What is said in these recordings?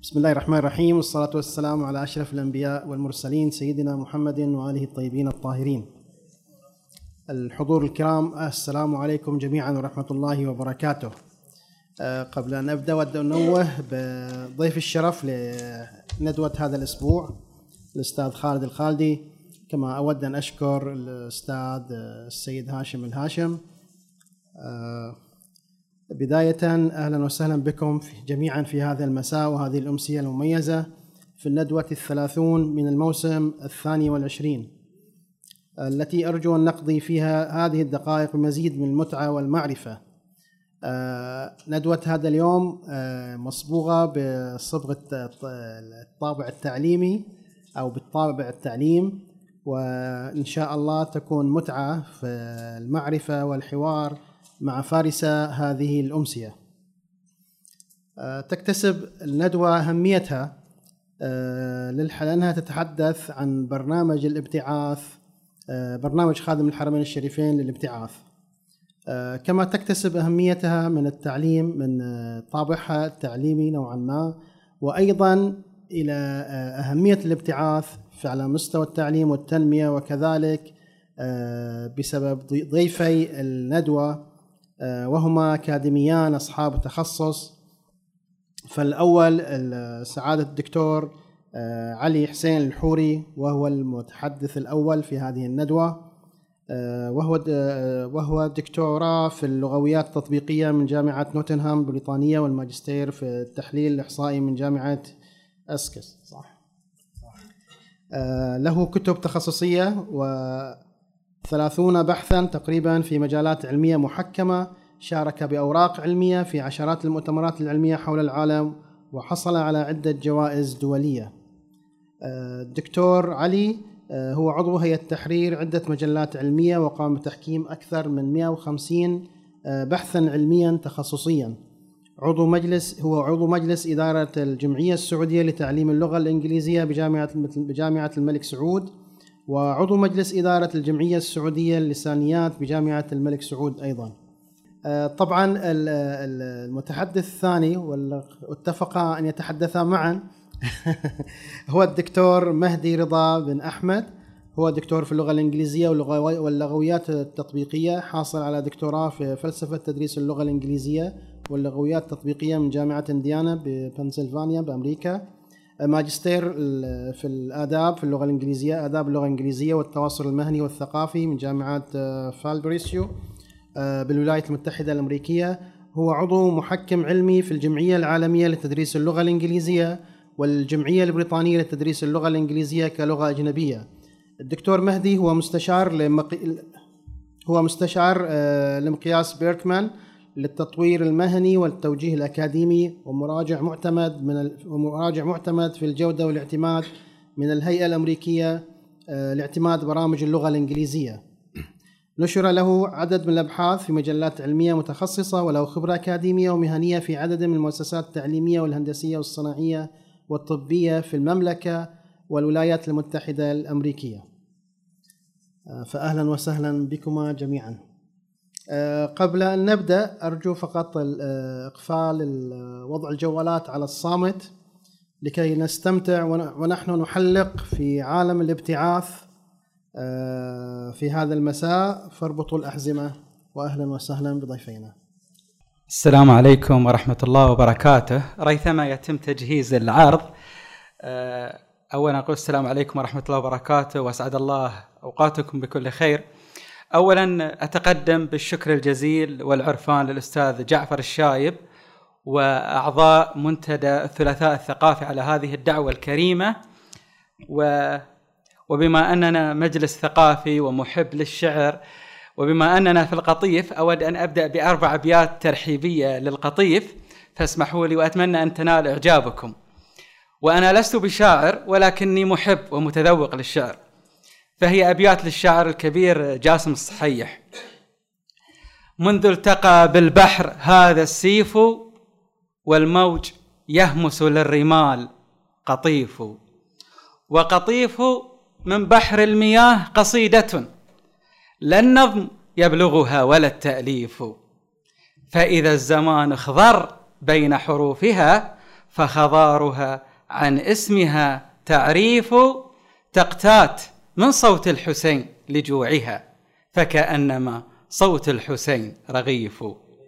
بسم الله الرحمن الرحيم، والصلاة والسلام على أشرف الأنبياء والمرسلين سيدنا محمد وآله الطيبين الطاهرين. الحضور الكرام، السلام عليكم جميعا ورحمة الله وبركاته. قبل أن أبدأ أود أن أنوه بضيف الشرف لندوة هذا الأسبوع الأستاذ خالد الخالدي، كما أود أن أشكر الأستاذ السيد هاشم الهاشم. بداية أهلا وسهلا بكم جميعا في هذا المساء وهذه الأمسية المميزة في الندوة 30 من الموسم 22 التي أرجو أن نقضي فيها هذه الدقائق بمزيد من المتعة والمعرفة. ندوة هذا اليوم مصبوغة بصبغة الطابع التعليمي أو بالطابع التعليم، وإن شاء الله تكون متعة في المعرفة والحوار مع فارسة هذه الأمسية. تكتسب الندوة أهميتها لأنها تتحدث عن برنامج الابتعاث، برنامج خادم الحرمين الشريفين للابتعاث، كما تكتسب أهميتها من التعليم، من طابعها التعليمي نوعا ما، وأيضا إلى أهمية الابتعاث على مستوى التعليم والتنمية، وكذلك بسبب ضيفي الندوة وهما أكاديميان أصحاب تخصص. فالأول سعادة الدكتور علي حسين الحوري، وهو المتحدث الأول في هذه الندوة، وهو دكتوراه في اللغويات التطبيقية من جامعة نوتنهام البريطانية، والماجستير في التحليل الإحصائي من جامعة أسكس. له كتب تخصصية و30 بحثا تقريبا في مجالات علمية محكمة، شارك بأوراق علمية في عشرات المؤتمرات العلمية حول العالم، وحصل على عدة جوائز دولية. الدكتور علي هو عضو هيئة تحرير عدة مجلات علمية، وقام بتحكيم أكثر من 150 بحثا علميا تخصصيا. هو عضو مجلس إدارة الجمعية السعودية لتعليم اللغة الإنجليزية بجامعة الملك سعود، وعضو مجلس إدارة الجمعية السعودية للسانيات بجامعة الملك سعود أيضا. طبعا المتحدث الثاني واتفقا أن يتحدثا معا هو الدكتور مهدي رضا بن أحمد، هو دكتور في اللغة الإنجليزية واللغويات التطبيقية، حاصل على دكتوراه في فلسفة تدريس اللغة الإنجليزية واللغويات التطبيقية من جامعة إنديانا ببنسلفانيا بأمريكا، ماجستير في الآداب في اللغة الإنجليزية، آداب اللغة الإنجليزية والتواصل المهني والثقافي من جامعة فالبريسيو بالولايات المتحدة الأمريكية. هو عضو محكم علمي في الجمعية العالمية لتدريس اللغة الإنجليزية والجمعية البريطانية لتدريس اللغة الإنجليزية كلغة أجنبية. الدكتور مهدي هو مستشار لمقياس بيركمان للتطوير المهني والتوجيه الأكاديمي، ومراجع معتمد في الجودة والاعتماد من الهيئة الأمريكية لاعتماد برامج اللغة الإنجليزية. نشر له عدد من الأبحاث في مجلات علمية متخصصة، وله خبرة أكاديمية ومهنية في عدد من المؤسسات التعليمية والهندسية والصناعية والطبية في المملكة والولايات المتحدة الأمريكية. فأهلا وسهلا بكما جميعا. قبل أن نبدأ أرجو فقط إقفال وضع الجوالات على الصامت لكي نستمتع ونحن نحلق في عالم الابتعاث في هذا المساء. فاربطوا الأحزمة، وأهلا وسهلا بضيفينا. السلام عليكم ورحمة الله وبركاته. ريثما يتم تجهيز العرض، أولا أقول السلام عليكم ورحمة الله وبركاته، وأسعد الله أوقاتكم بكل خير. أولا أتقدم بالشكر الجزيل والعرفان للأستاذ جعفر الشايب وأعضاء منتدى الثلاثاء الثقافي على هذه الدعوة الكريمة، وبما أننا مجلس ثقافي ومحب للشعر، وبما أننا في القطيف، أود أن أبدأ ب4 أبيات ترحيبية للقطيف، فاسمحوا لي وأتمنى أن تنال إعجابكم. وأنا لست بشاعر ولكني محب ومتذوق للشعر، فهي أبيات للشاعر الكبير جاسم الصحيح. منذ التقى بالبحر هذا السيف، والموج يهمس للرمال قطيف، وقطيف من بحر المياه قصيدة لا النظم يبلغها ولا التأليف، فإذا الزمان اخضر بين حروفها فخضارها عن اسمها تعريف، تقتات من صوت الحسين لجوعها، فكأنما صوت الحسين رغيف.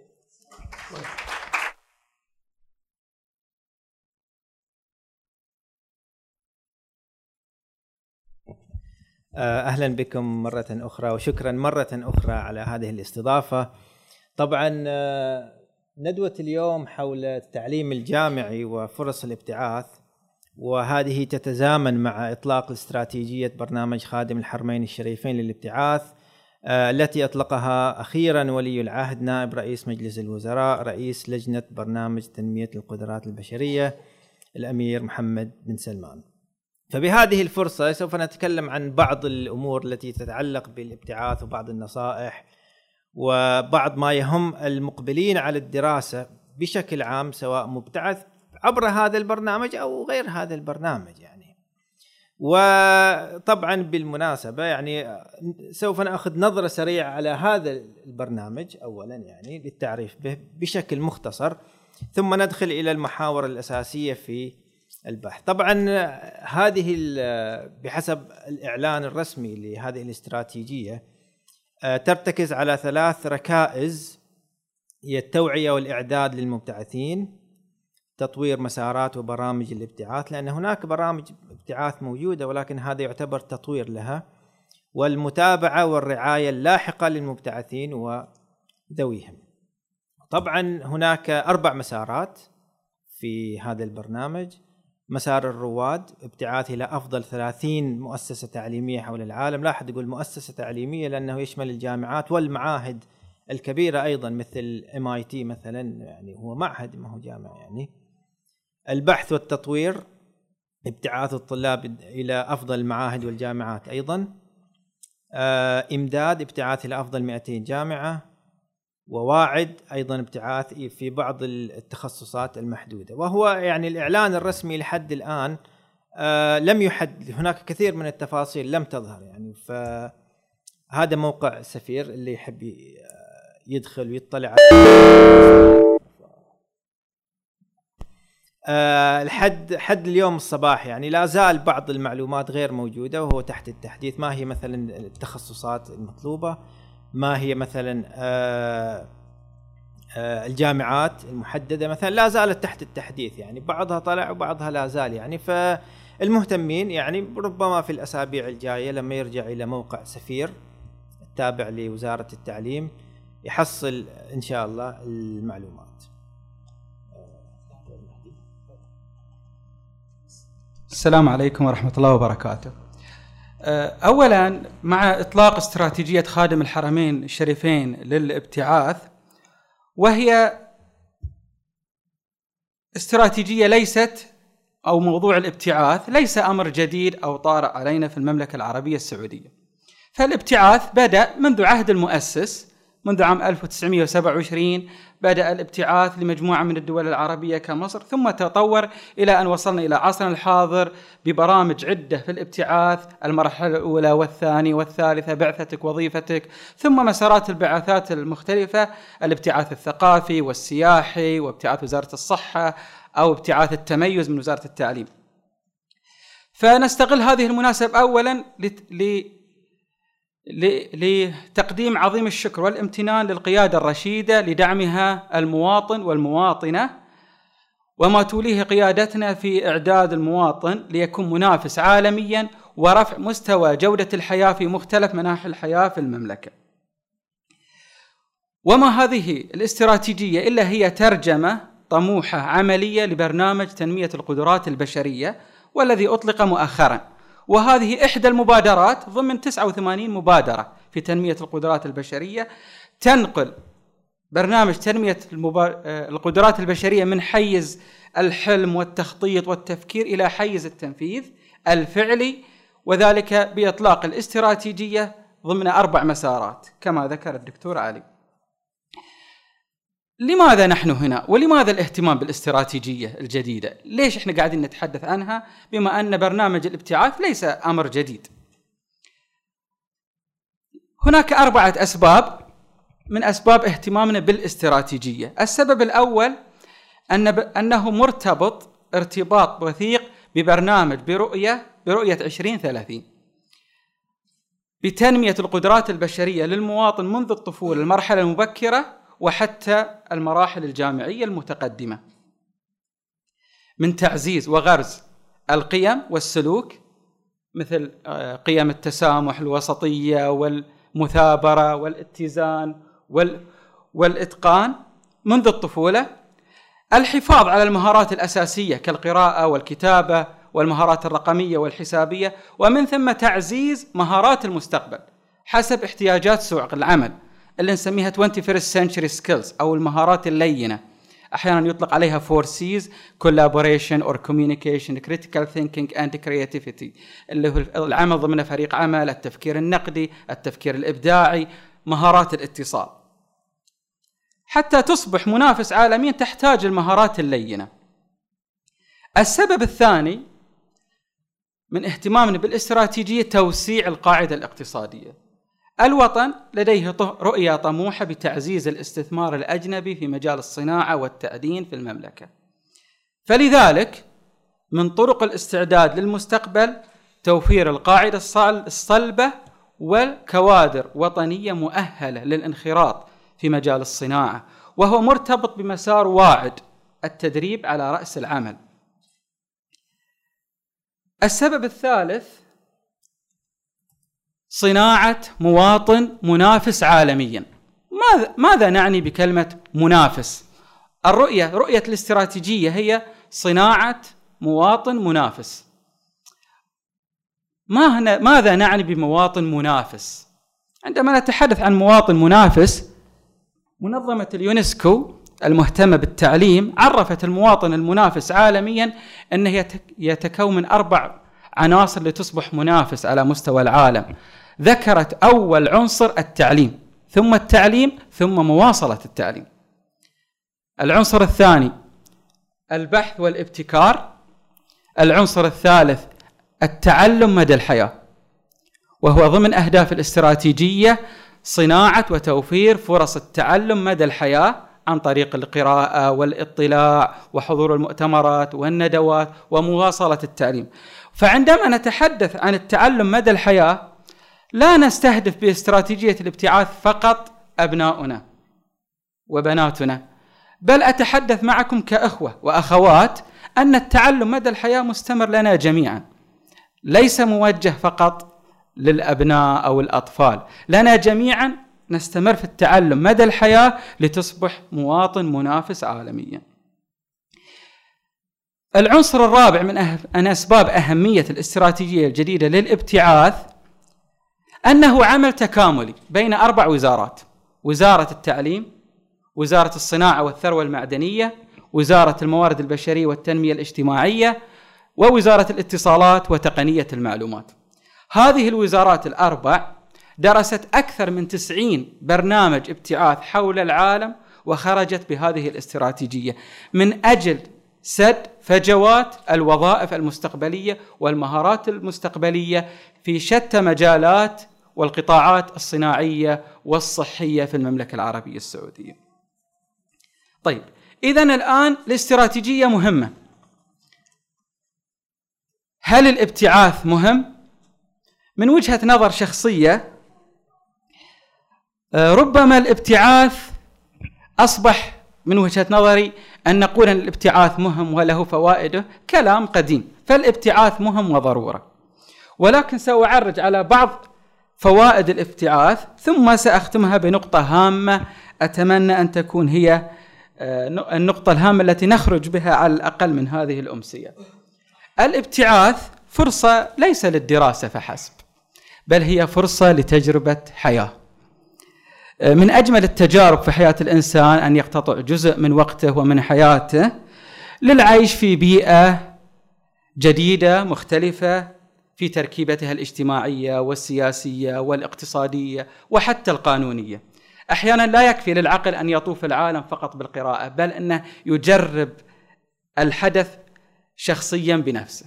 أهلا بكم مرة أخرى، وشكرا مرة أخرى على هذه الاستضافة. طبعا ندوة اليوم حول التعليم الجامعي وفرص الابتعاث، وهذه تتزامن مع إطلاق استراتيجية برنامج خادم الحرمين الشريفين للابتعاث التي أطلقها أخيرا ولي العهد نائب رئيس مجلس الوزراء رئيس لجنة برنامج تنمية القدرات البشرية الأمير محمد بن سلمان. فبهذه الفرصة سوف نتكلم عن بعض الأمور التي تتعلق بالابتعاث، وبعض النصائح، وبعض ما يهم المقبلين على الدراسة بشكل عام، سواء مبتعث عبر هذا البرنامج أو غير هذا البرنامج يعني. وطبعا بالمناسبة يعني سوف نأخذ نظرة سريعة على هذا البرنامج أولا يعني للتعريف به بشكل مختصر، ثم ندخل إلى المحاور الأساسية في البحث. طبعا هذه بحسب الإعلان الرسمي لهذه الاستراتيجية ترتكز على 3 ركائز: هي التوعية والإعداد للمبتعثين، تطوير مسارات وبرامج الابتعاث، لأن هناك برامج ابتعاث موجودة ولكن هذا يعتبر تطوير لها، والمتابعة والرعاية اللاحقة للمبتعثين وذويهم. طبعا هناك 4 مسارات في هذا البرنامج: مسار الرواد، ابتعاث إلى أفضل 30 مؤسسة تعليمية حول العالم. لا أحد يقول مؤسسة تعليمية لأنه يشمل الجامعات والمعاهد الكبيرة أيضا، مثل MIT مثلا، يعني هو معهد ما هو جامعة يعني. البحث والتطوير، ابتعاث الطلاب إلى أفضل المعاهد والجامعات أيضا. إمداد، ابتعاث إلى أفضل 200 جامعة. وواعد أيضا ابتعاث في بعض التخصصات المحدودة. وهو يعني الإعلان الرسمي لحد الآن لم يحدد، هناك كثير من التفاصيل لم تظهر يعني. فهذا موقع سفير اللي يحب يدخل ويطلع حد اليوم الصباح يعني لا زال بعض المعلومات غير موجودة، وهو تحت التحديث. ما هي مثلا التخصصات المطلوبة، ما هي مثلا الجامعات المحددة مثلا، لا زالت تحت التحديث يعني، بعضها طلع وبعضها لا زال يعني. فالمهتمين يعني ربما في الأسابيع الجاية لما يرجع إلى موقع سفير التابع لوزارة التعليم يحصل إن شاء الله المعلومات. السلام عليكم ورحمة الله وبركاته. أولا، مع إطلاق استراتيجية خادم الحرمين الشريفين للابتعاث، وهي استراتيجية ليست، أو موضوع الابتعاث ليس أمر جديد أو طارئ علينا في المملكة العربية السعودية. فالابتعاث بدأ منذ عهد المؤسس، منذ عام 1927 بدأ الابتعاث لمجموعة من الدول العربية كمصر، ثم تطور إلى أن وصلنا إلى عصرنا الحاضر ببرامج عدة في الابتعاث: المرحلة الأولى والثانية والثالثة، بعثتك وظيفتك، ثم مسارات البعثات المختلفة: الابتعاث الثقافي والسياحي، وابتعاث وزارة الصحة، أو ابتعاث التميز من وزارة التعليم. فنستغل هذه المناسبة أولا لتقديم عظيم الشكر والامتنان للقيادة الرشيدة لدعمها المواطن والمواطنة، وما توليه قيادتنا في إعداد المواطن ليكون منافس عالميا ورفع مستوى جودة الحياة في مختلف مناحي الحياة في المملكة. وما هذه الاستراتيجية إلا هي ترجمة طموحة عملية لبرنامج تنمية القدرات البشرية، والذي أطلق مؤخرا، وهذه إحدى المبادرات ضمن 89 مبادرة في تنمية القدرات البشرية، تنقل برنامج تنمية القدرات البشرية من حيز الحلم والتخطيط والتفكير إلى حيز التنفيذ الفعلي، وذلك بإطلاق الاستراتيجية ضمن 4 مسارات كما ذكر الدكتور علي. لماذا نحن هنا؟ ولماذا الاهتمام بالاستراتيجية الجديدة؟ ليش احنا قاعدين نتحدث عنها بما أن برنامج الابتعاث ليس أمر جديد؟ هناك 4 أسباب من أسباب اهتمامنا بالاستراتيجية. السبب الأول أنه مرتبط ارتباط وثيق ببرنامج برؤية 2030 بتنمية القدرات البشرية للمواطن منذ الطفولة المرحلة المبكرة وحتى المراحل الجامعية المتقدمة، من تعزيز وغرز القيم والسلوك مثل قيم التسامح، الوسطية والمثابرة والاتزان والإتقان منذ الطفولة، الحفاظ على المهارات الأساسية كالقراءة والكتابة والمهارات الرقمية والحسابية، ومن ثم تعزيز مهارات المستقبل حسب احتياجات سوق العمل اللي نسميها 21st century skills أو المهارات اللينة، أحيانا يطلق عليها 4C's: collaboration or communication, critical thinking and creativity، اللي هو العمل ضمن فريق عمل، التفكير النقدي، التفكير الإبداعي، مهارات الاتصال. حتى تصبح منافس عالميا تحتاج المهارات اللينة. السبب الثاني من اهتمامنا بالاستراتيجية توسيع القاعدة الاقتصادية. الوطن لديه رؤية طموحة بتعزيز الاستثمار الأجنبي في مجال الصناعة والتأدين في المملكة، فلذلك من طرق الاستعداد للمستقبل توفير القاعدة الصلبة والكوادر وطنية مؤهلة للانخراط في مجال الصناعة، وهو مرتبط بمسار واعد التدريب على رأس العمل. السبب الثالث صناعة مواطن منافس عالميا. ماذا نعني بكلمة منافس؟ رؤية الاستراتيجية هي صناعة مواطن منافس. ماذا نعني بمواطن منافس؟ عندما نتحدث عن مواطن منافس، منظمة اليونسكو المهتمة بالتعليم عرفت المواطن المنافس عالميا أنه يتكون من 4 عناصر لتصبح منافس على مستوى العالم. ذكرت أول عنصر التعليم، ثم التعليم، ثم مواصلة التعليم. العنصر الثاني البحث والابتكار. العنصر الثالث التعلم مدى الحياة، وهو ضمن أهداف الاستراتيجية صناعة وتوفير فرص التعلم مدى الحياة عن طريق القراءة والاطلاع وحضور المؤتمرات والندوات ومواصلة التعليم. فعندما نتحدث عن التعلم مدى الحياة لا نستهدف باستراتيجية الابتعاث فقط أبناؤنا وبناتنا، بل أتحدث معكم كأخوة وأخوات أن التعلم مدى الحياة مستمر لنا جميعا، ليس موجه فقط للأبناء أو الأطفال، لنا جميعا نستمر في التعلم مدى الحياة لتصبح مواطن منافس عالميا. العنصر الرابع من أسباب أهمية الاستراتيجية الجديدة للابتعاث أنه عمل تكاملي بين 4 وزارات: وزارة التعليم، وزارة الصناعة والثروة المعدنية، وزارة الموارد البشرية والتنمية الاجتماعية، ووزارة الاتصالات وتقنية المعلومات. هذه الوزارات ال4 درست أكثر من 90 برنامج ابتعاث حول العالم وخرجت بهذه الاستراتيجية من أجل سد فجوات الوظائف المستقبلية والمهارات المستقبلية في شتى مجالات والقطاعات الصناعية والصحية في المملكة العربية السعودية. طيب، إذن الآن الاستراتيجية مهمة. هل الابتعاث مهم؟ من وجهة نظر شخصية ربما الابتعاث أصبح من وجهة نظري أن نقول أن الابتعاث مهم وله فوائده كلام قديم، فالابتعاث مهم وضرورة، ولكن سأعرج على بعض فوائد الابتعاث ثم سأختمها بنقطة هامة أتمنى أن تكون هي النقطة الهامة التي نخرج بها على الأقل من هذه الأمسية. الابتعاث فرصة ليس للدراسة فحسب، بل هي فرصة لتجربة حياة. من أجمل التجارب في حياة الإنسان أن يقتطع جزء من وقته ومن حياته للعيش في بيئة جديدة مختلفة في تركيبتها الاجتماعية والسياسية والاقتصادية وحتى القانونية. أحيانا لا يكفي للعقل أن يطوف العالم فقط بالقراءة، بل أنه يجرب الحدث شخصيا بنفسه.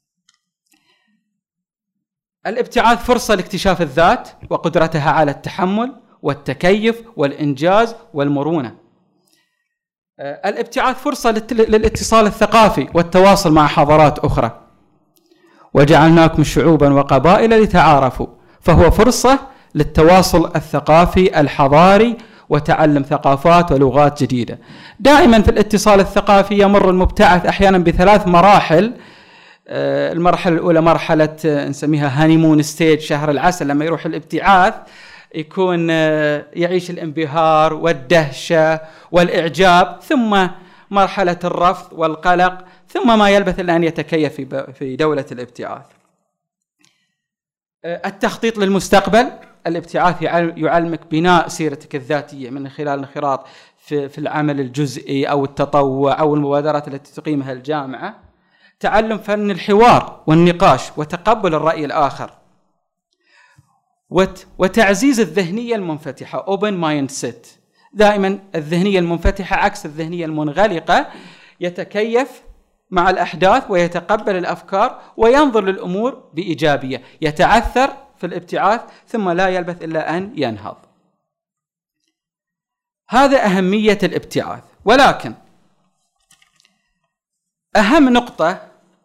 الابتعاث فرصة لاكتشاف الذات وقدرتها على التحمل والتكيف والإنجاز والمرونة. الابتعاث فرصة للاتصال الثقافي والتواصل مع حضارات أخرى. وجعلناكم شعوبا وقبائل لتعارفوا، فهو فرصة للتواصل الثقافي الحضاري وتعلم ثقافات ولغات جديدة. دائما في الاتصال الثقافي يمر المبتعث أحيانا بثلاث مراحل. المرحلة الأولى مرحلة نسميها هانيمون ستيج، شهر العسل. لما يروح الابتعاث يكون يعيش الانبهار والدهشة والإعجاب، ثم مرحلة الرفض والقلق، ثم ما يلبث إلا أن يتكيف في دولة الابتعاث. التخطيط للمستقبل. الابتعاث يعلمك بناء سيرتك الذاتية من خلال الانخراط في العمل الجزئي أو التطوع أو المبادرات التي تقيمها الجامعة. تعلم فن الحوار والنقاش وتقبل الرأي الآخر، وتعزيز الذهنية المنفتحة open mindset. دائما الذهنية المنفتحة عكس الذهنية المنغلقة، يتكيف مع الأحداث ويتقبل الأفكار وينظر للأمور بإيجابية، يتعثر في الابتعاث ثم لا يلبث إلا أن ينهض. هذا أهمية الابتعاث. ولكن أهم نقطة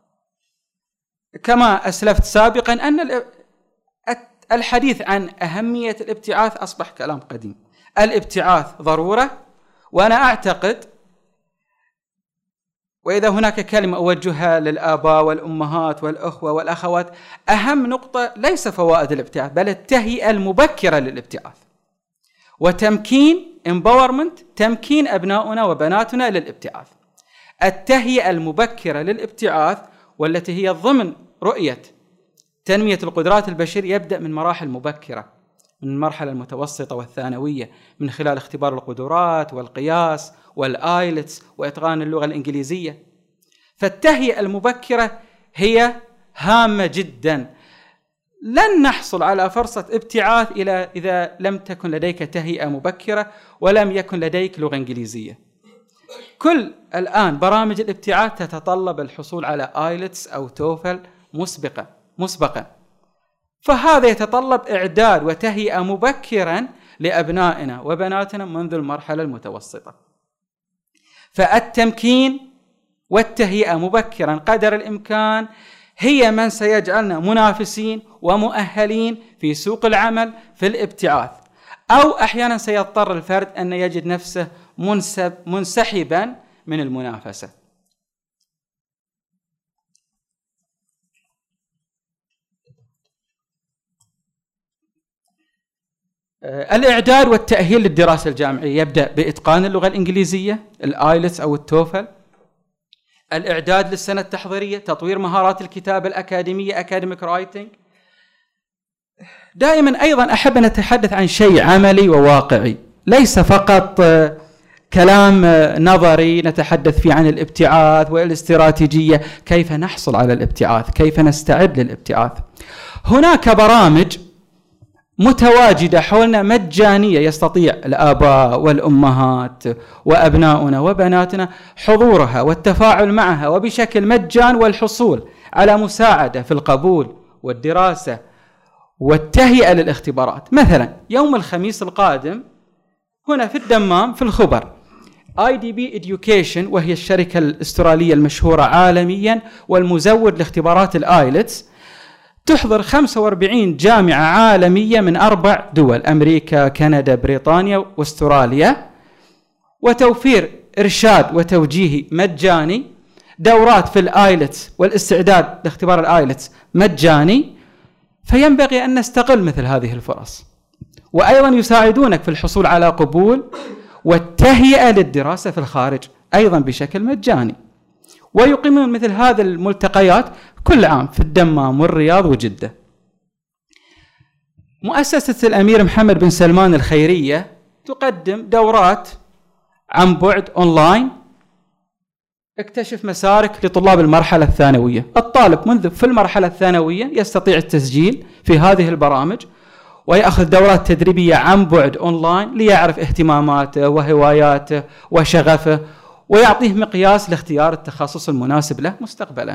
كما أسلفت سابقا أن الحديث عن أهمية الابتعاث أصبح كلام قديم. الابتعاث ضرورة، وأنا أعتقد، وإذا هناك كلمة أوجهها للآباء والأمهات والأخوة والأخوات، أهم نقطة ليس فوائد الابتعاث بل التهيئة المبكرة للابتعاث وتمكين empowerment، تمكين أبناؤنا وبناتنا للابتعاث. التهيئة المبكرة للابتعاث والتي هي ضمن رؤية تنمية القدرات البشرية يبدأ من مراحل مبكرة، من المرحلة المتوسطة والثانوية، من خلال اختبار القدرات والقياس والآيلتس وإتقان اللغة الإنجليزية. فالتهيئة المبكرة هي هامة جدا. لن نحصل على فرصة ابتعاث إذا لم تكن لديك تهيئة مبكرة ولم يكن لديك لغة إنجليزية. كل الآن برامج الابتعاث تتطلب الحصول على آيلتس أو توفل مسبقا، فهذا يتطلب إعداد وتهيئة مبكرا لأبنائنا وبناتنا منذ المرحلة المتوسطة. فالتمكين والتهيئة مبكرا قدر الإمكان هي من سيجعلنا منافسين ومؤهلين في سوق العمل في الابتعاث. أو أحيانا سيضطر الفرد أن يجد نفسه منسحبا من المنافسة. الإعداد والتأهيل للدراسة الجامعية يبدأ بإتقان اللغة الإنجليزية، الآيلتس أو التوفل. الإعداد للسنة التحضيرية، تطوير مهارات الكتابة الأكاديمية academic writing. دائما أيضا أحب أن أتحدث عن شيء عملي وواقعي، ليس فقط كلام نظري نتحدث فيه عن الابتعاث والاستراتيجية، كيف نحصل على الابتعاث، كيف نستعد للابتعاث. هناك برامج متواجدة حولنا مجانية يستطيع الآباء والأمهات وأبناؤنا وبناتنا حضورها والتفاعل معها وبشكل مجان والحصول على مساعدة في القبول والدراسة والتهيئة للاختبارات. مثلا يوم الخميس القادم هنا في الدمام في الخبر IDB Education، وهي الشركة الأسترالية المشهورة عالميا والمزود لاختبارات الآيلتس، تحضر 45 جامعة عالمية من 4 دول، أمريكا، كندا، بريطانيا واستراليا، وتوفير إرشاد وتوجيهي مجاني، دورات في الآيلتس والاستعداد لاختبار الآيلتس مجاني. فينبغي أن نستغل مثل هذه الفرص. وأيضا يساعدونك في الحصول على قبول والتهيئة للدراسة في الخارج أيضا بشكل مجاني. ويقيمون مثل هذه الملتقيات كل عام في الدمام والرياض وجدة. مؤسسة الأمير محمد بن سلمان الخيرية تقدم دورات عن بعد أونلاين، اكتشف مسارك لطلاب المرحلة الثانوية. الطالب منذ في المرحلة الثانوية يستطيع التسجيل في هذه البرامج ويأخذ دورات تدريبية عن بعد أونلاين ليعرف اهتماماته وهواياته وشغفه، ويعطيه مقياس لاختيار التخصص المناسب له مستقبلا.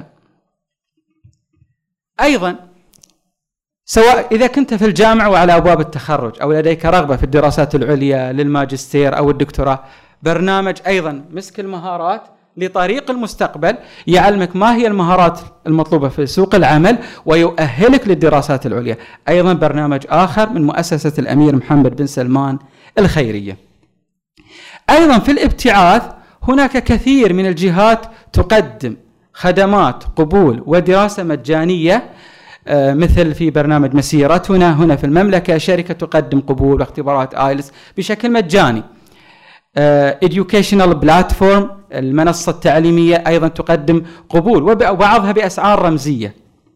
أيضا سواء إذا كنت في الجامعة وعلى أبواب التخرج أو لديك رغبة في الدراسات العليا للماجستير أو الدكتوراه، برنامج أيضا مسك المهارات لطريق المستقبل، يعلمك ما هي المهارات المطلوبة في سوق العمل ويؤهلك للدراسات العليا. أيضا برنامج آخر من مؤسسة الأمير محمد بن سلمان الخيرية. أيضا في الابتعاث هناك كثير من الجهات تقدم خدمات قبول ودراسة مجانية، مثل في برنامج مسيرتنا هنا في المملكة شركة تقدم قبول واختبارات آيلتس بشكل مجاني. Educational Platform المنصة التعليمية أيضا تقدم قبول وبعضها بأسعار رمزية.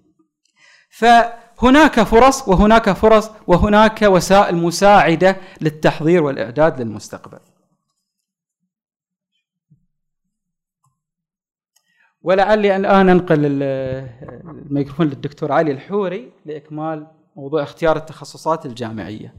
فهناك فرص وهناك فرص وهناك وسائل مساعدة للتحضير والإعداد للمستقبل. ولعلي الآن أنقل الميكروفون للدكتور علي الحوري لإكمال موضوع اختيار التخصصات الجامعية.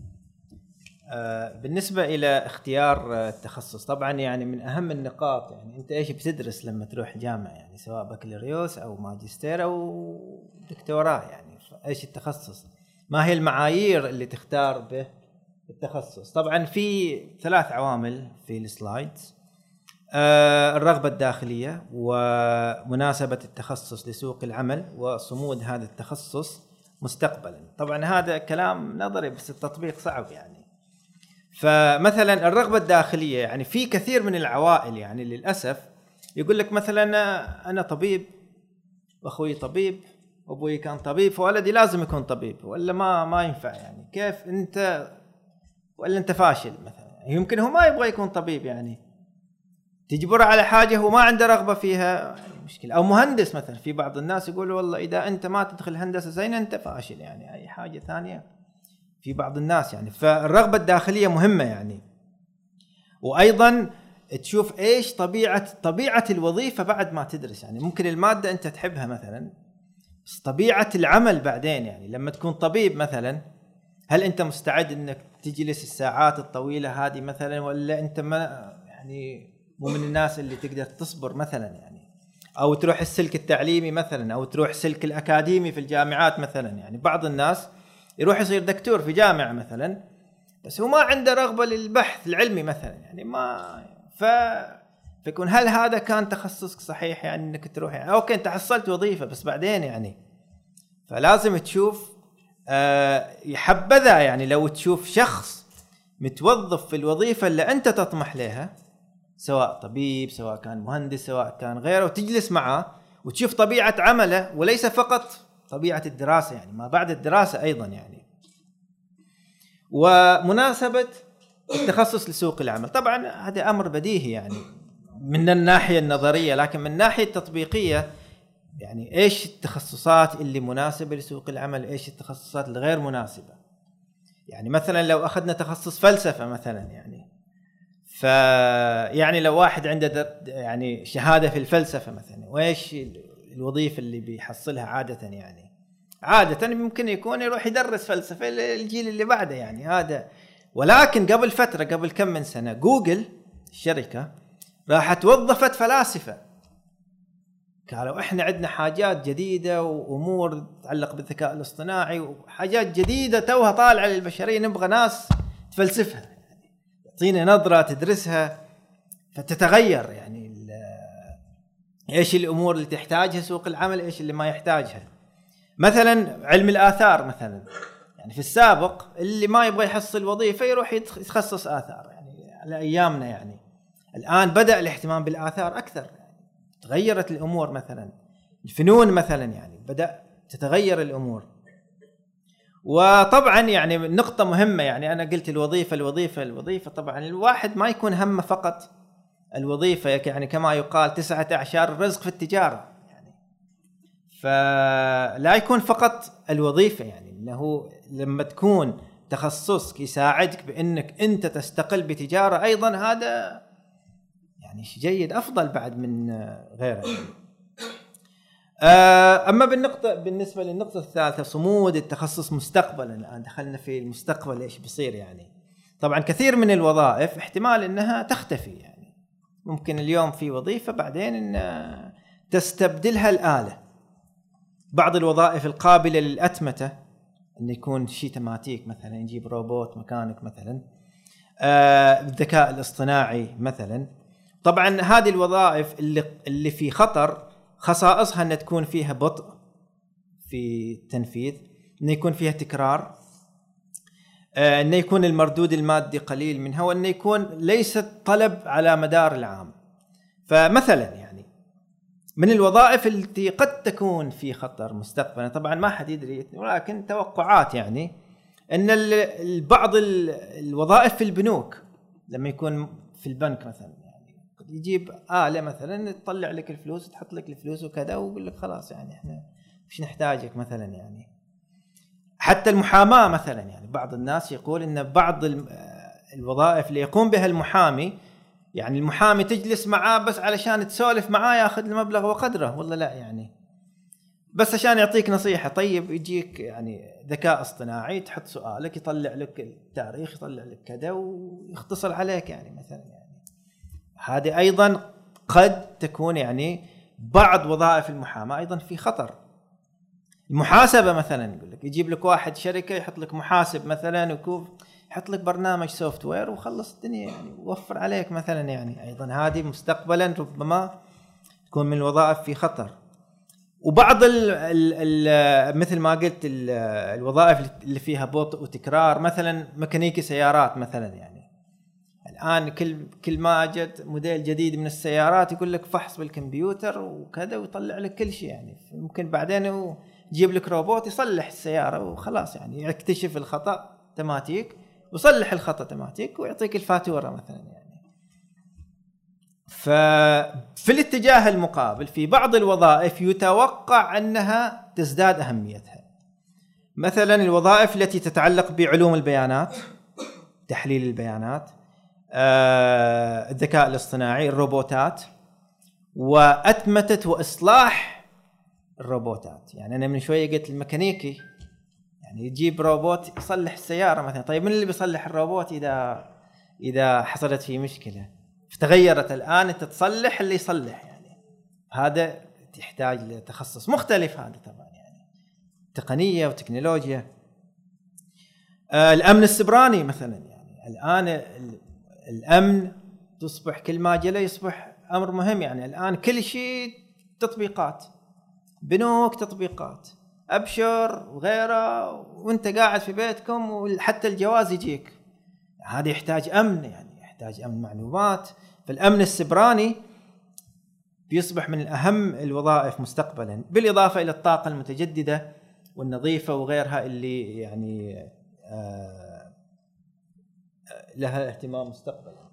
بالنسبة إلى اختيار التخصص، طبعا يعني من أهم النقاط يعني أنت إيش بتدرس لما تروح جامعة، يعني سواء بكالوريوس أو ماجستير أو دكتوراه، يعني إيش التخصص، ما هي المعايير اللي تختار به التخصص. طبعا في 3 عوامل في السلايدز: الرغبة الداخلية، ومناسبة التخصص لسوق العمل، وصمود هذا التخصص مستقبلا. طبعا هذا كلام نظري بس التطبيق صعب يعني. فمثلا الرغبة الداخلية، يعني في كثير من العوائل يعني للأسف يقول لك مثلا أنا طبيب وأخوي طبيب وأبوي كان طبيب فولدي لازم يكون طبيب، ولا ما ينفع، يعني كيف أنت، ولا أنت فاشل مثلا. يمكن هو ما يبغى يكون طبيب، يعني تجبره على حاجة هو ما عنده رغبة فيها، يعني مشكلة. أو مهندس مثلا، في بعض الناس يقولوا والله إذا أنت ما تدخل هندسة زين أنت فاشل، يعني أي حاجة ثانية في بعض الناس يعني. فالرغبة الداخلية مهمة يعني. وأيضا تشوف إيش طبيعة الوظيفة بعد ما تدرس، يعني ممكن المادة أنت تحبها مثلا، بس طبيعة العمل بعدين، يعني لما تكون طبيب مثلا هل أنت مستعد أنك تجلس الساعات الطويلة هذه مثلا، ولا أنت ما يعني مو من الناس اللي تقدر تصبر مثلا يعني. أو تروح السلك التعليمي مثلا، أو تروح سلك الأكاديمي في الجامعات مثلا. يعني بعض الناس يروح يصير دكتور في جامعة مثلا بس هو ما عنده رغبة للبحث العلمي مثلا، يعني ما فيكون هل هذا كان تخصصك صحيح، يعني انك تروح يعني اوكي انت حصلت وظيفة بس بعدين يعني. فلازم تشوف يحبذا يعني لو تشوف شخص متوظف في الوظيفة اللي انت تطمح لها، سواء طبيب سواء كان مهندس سواء كان غيره، وتجلس معه وتشوف طبيعة عمله وليس فقط طبيعة الدراسة، يعني ما بعد الدراسة أيضا يعني. ومناسبة التخصص لسوق العمل، طبعا هذا أمر بديهي يعني من الناحية النظرية، لكن من الناحية التطبيقية يعني إيش التخصصات اللي مناسبة لسوق العمل، إيش التخصصات الغير مناسبة. يعني مثلا لو أخذنا تخصص فلسفة مثلا، يعني لو واحد عنده يعني شهادة في الفلسفة مثلا، وإيش الوظيفة اللي بيحصلها عادة، يعني عادة ممكن يكون يروح يدرس فلسفة للجيل اللي بعده يعني هذا. ولكن قبل فترة، قبل كم من سنة، جوجل الشركة راحت وظفت فلاسفة، قالوا احنا عندنا حاجات جديدة وامور تتعلق بالذكاء الاصطناعي وحاجات جديدة توها طالعة للبشرية، نبغى ناس تفلسفها، يعني تعطينا نظرة تدرسها فتتغير، يعني ايش الامور اللي تحتاجها سوق العمل، ايش اللي ما يحتاجها. مثلا علم الآثار مثلا، يعني في السابق اللي ما يبغى يحصل وظيفة يروح يتخصص آثار، يعني على أيامنا يعني. الآن بدأ الاهتمام بالآثار أكثر، يعني تغيرت الأمور. مثلا الفنون مثلا يعني بدأ تتغير الأمور. وطبعا يعني نقطة مهمة، يعني أنا قلت الوظيفة طبعا الواحد ما يكون همه فقط الوظيفة، يعني كما يقال 9 أعشار الرزق في التجارة، يعني فلا يكون فقط الوظيفة، يعني إنه لما تكون تخصصك يساعدك بأنك أنت تستقل بتجارة أيضا، هذا يعني شيء جيد أفضل بعد من غيره يعني. أما بالنسبة للنقطة الثالثة، صمود التخصص مستقبلا، الآن دخلنا في المستقبل إيش بيصير يعني. طبعا كثير من الوظائف احتمال أنها تختفي، يعني ممكن اليوم في وظيفة بعدين أن تستبدلها الآلة. بعض الوظائف القابلة للأتمتة أن يكون شيء تماتيك، مثلا نجيب روبوت مكانك مثلا. الذكاء الاصطناعي مثلا. طبعا هذه الوظائف اللي في خطر خصائصها أن تكون فيها بطء في التنفيذ، أن يكون فيها تكرار، أن يكون المردود المادي قليل منها، وأن يكون ليست طلب على مدار العام. فمثلا يعني من الوظائف التي قد تكون في خطر مستقبلا، طبعا ما حد يدري ولكن توقعات، يعني أن بعض الوظائف في البنوك لما يكون في البنك مثلا، يعني يجيب آلة مثلا تطلع لك الفلوس تحط لك الفلوس وكذا ويقول لك خلاص يعني احنا مش نحتاجك مثلا. يعني حتى المحاماة مثلا، يعني بعض الناس يقول ان بعض الوظائف اللي يقوم بها المحامي، يعني المحامي تجلس معاه بس علشان تسولف معاه ياخذ المبلغ وقدره، والله لا يعني بس عشان يعطيك نصيحة. طيب يجيك يعني ذكاء اصطناعي تحط سؤالك يطلع لك التاريخ يطلع لك كذا ويختصر عليك يعني مثلا. يعني هذه أيضا قد تكون يعني بعض وظائف المحاماة أيضا في خطر. المحاسبة مثلا يقول لك يجيب لك واحد شركة يحط لك محاسب مثلا يحط لك برنامج سوفت وير وخلص الدنيا يعني ووفر عليك مثلا. يعني أيضا هذه مستقبلا ربما تكون من الوظائف في خطر. وبعض مثل ما قلت الوظائف اللي فيها بطء وتكرار، مثلا ميكانيكي سيارات مثلا. يعني الآن كل ما جت موديل جديد من السيارات يقول لك فحص بالكمبيوتر وكذا ويطلع لك كل شيء. يعني ممكن بعدين يجيب لك روبوت يصلح السيارة وخلاص، يعني يكتشف الخطأ تماتيك ويصلح الخطأ تماتيك ويعطيك الفاتورة مثلا. يعني ففي الاتجاه المقابل في بعض الوظائف يتوقع أنها تزداد أهميتها، مثلا الوظائف التي تتعلق بعلوم البيانات، تحليل البيانات، الذكاء الاصطناعي، الروبوتات، وأتمتة وإصلاح الروبوتات. يعني أنا من شوية قلت الميكانيكي يعني يجيب روبوت يصلح السيارة مثلا. طيب من اللي بيصلح الروبوت إذا حصلت فيه مشكلة؟ فتغيرت الآن أنت تصلح اللي يصلح. يعني هذا تحتاج لتخصص مختلف. هذا طبعا يعني تقنية وتكنولوجيا. الأمن السبراني مثلا، يعني الآن الأمن تصبح كل ما جل يصبح أمر مهم. يعني الآن كل شيء تطبيقات، بنوك تطبيقات، أبشر وغيره، وانت قاعد في بيتكم وحتى الجواز يجيك. هذا يحتاج أمن، يعني يحتاج أمن معلومات. فالأمن السبراني بيصبح من أهم الوظائف مستقبلا، بالإضافة إلى الطاقة المتجددة والنظيفة وغيرها اللي يعني لها اهتمام مستقبلا.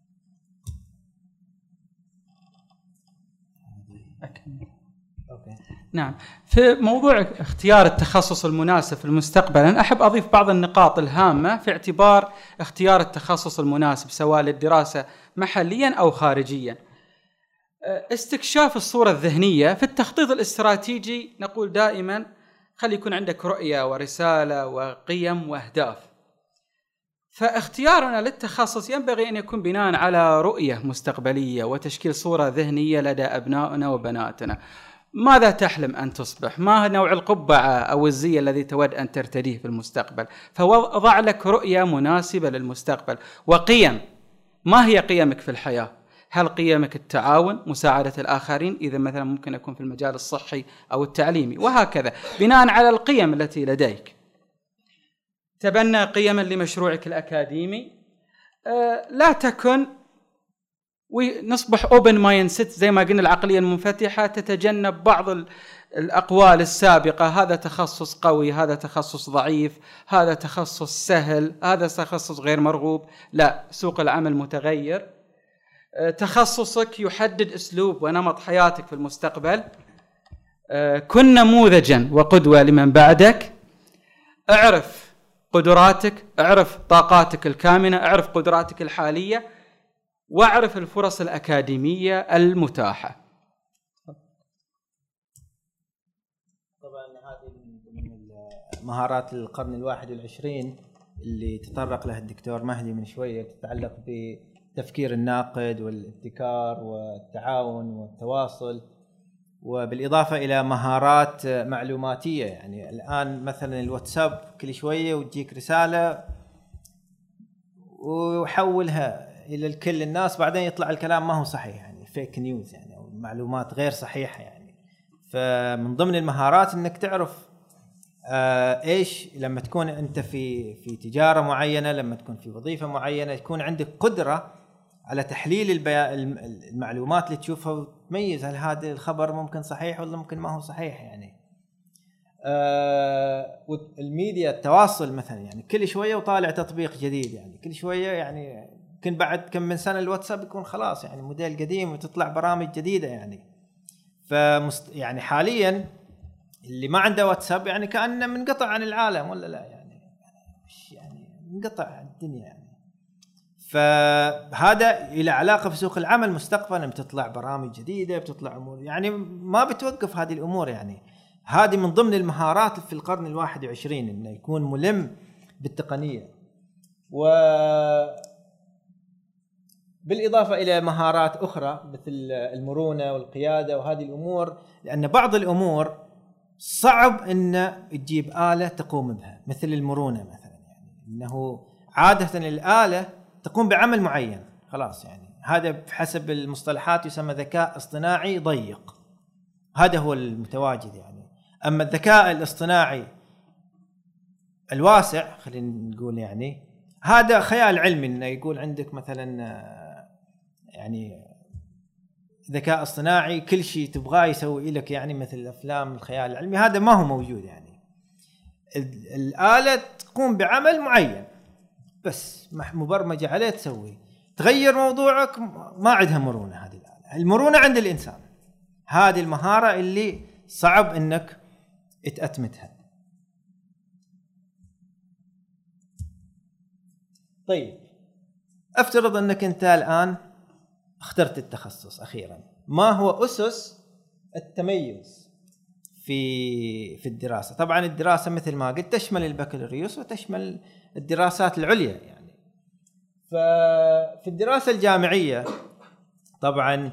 أوكي. نعم، في موضوع اختيار التخصص المناسب في المستقبل أحب أضيف بعض النقاط الهامة في اعتبار اختيار التخصص المناسب سواء للدراسة محليا أو خارجيا. استكشاف الصورة الذهنية في التخطيط الاستراتيجي. نقول دائما خلي يكون عندك رؤية ورسالة وقيم وأهداف. فاختيارنا للتخصص ينبغي أن يكون بناء على رؤية مستقبلية وتشكيل صورة ذهنية لدى أبنائنا وبناتنا. ماذا تحلم أن تصبح؟ ما نوع القبعة أو الزي الذي تود أن ترتديه في المستقبل؟ فوضع لك رؤية مناسبة للمستقبل وقيم. ما هي قيمك في الحياة؟ هل قيمك التعاون، مساعدة الآخرين؟ إذا مثلا ممكن يكون في المجال الصحي أو التعليمي، وهكذا بناء على القيم التي لديك. تبنى قيما لمشروعك الأكاديمي. لا تكن ونصبح open mindset زي ما قلنا، العقلية المنفتحة، تتجنب بعض الأقوال السابقة. هذا تخصص قوي، هذا تخصص ضعيف، هذا تخصص سهل، هذا تخصص غير مرغوب. لا، سوق العمل متغير. تخصصك يحدد أسلوب ونمط حياتك في المستقبل. كن نموذجا وقدوة لمن بعدك. اعرف قدراتك، اعرف طاقاتك الكامنة، اعرف قدراتك الحالية، واعرف الفرص الأكاديمية المتاحة. طبعا هذه من مهارات القرن 21 اللي تطرق له الدكتور مهدي من شوية، تتعلق بتفكير الناقد والابتكار والتعاون والتواصل، وبالإضافة إلى مهارات معلوماتية. يعني الآن مثلا الواتساب كل شوية وتجيك رسالة ويحولها الى الكل الناس، بعدين يطلع الكلام ما هو صحيح يعني فيك نيوز يعني او معلومات غير صحيحه يعني. فمن ضمن المهارات انك تعرف ايش لما تكون انت في تجاره معينه، لما تكون في وظيفه معينه، يكون عندك قدره على تحليل المعلومات اللي تشوفها وتميز هل هذا الخبر ممكن صحيح ولا ممكن ما هو صحيح يعني. الميديا التواصل مثلا يعني كل شويه وطالع تطبيق جديد يعني، كل شويه يعني يمكن بعد كم من سنه الواتساب يكون خلاص يعني موديل قديم وتطلع برامج جديده يعني. يعني حاليا اللي ما عنده واتساب يعني كأنه منقطع عن العالم ولا لا يعني منقطع عن الدنيا يعني. فهذا إلى علاقة في سوق العمل مستقبلا، بتطلع برامج جديدة، بتطلع أمور يعني ما بتوقف هذه الأمور يعني. هذه من ضمن المهارات في القرن 21 إنه يكون ملم بالتقنية، بالإضافة إلى مهارات أخرى مثل المرونة والقيادة وهذه الأمور، لأن بعض الأمور صعب إن تجيب آلة تقوم بها، مثل المرونة مثلا يعني إنه عادة الآلة تقوم بعمل معين خلاص يعني، هذا بحسب المصطلحات يسمى ذكاء اصطناعي ضيق، هذا هو المتواجد يعني. أما الذكاء الاصطناعي الواسع خلينا نقول يعني هذا خيال علمي، إنه يقول عندك مثلا يعني ذكاء اصطناعي كل شيء تبغاه يسوي لك يعني، مثل أفلام الخيال العلمي، هذا ما هو موجود يعني. الآلة تقوم بعمل معين بس مبرمجة عليه تسوي، تغير موضوعك ما عندها مرونة. هذه الآلة المرونة عند الإنسان، هذه المهارة اللي صعب إنك تأتمتها. طيب افترض أنك أنت الآن اخترت التخصص أخيرا، ما هو أسس التميز في الدراسة؟ طبعا الدراسة مثل ما قلت تشمل البكالوريوس وتشمل الدراسات العليا يعني. ففي الدراسة الجامعية طبعا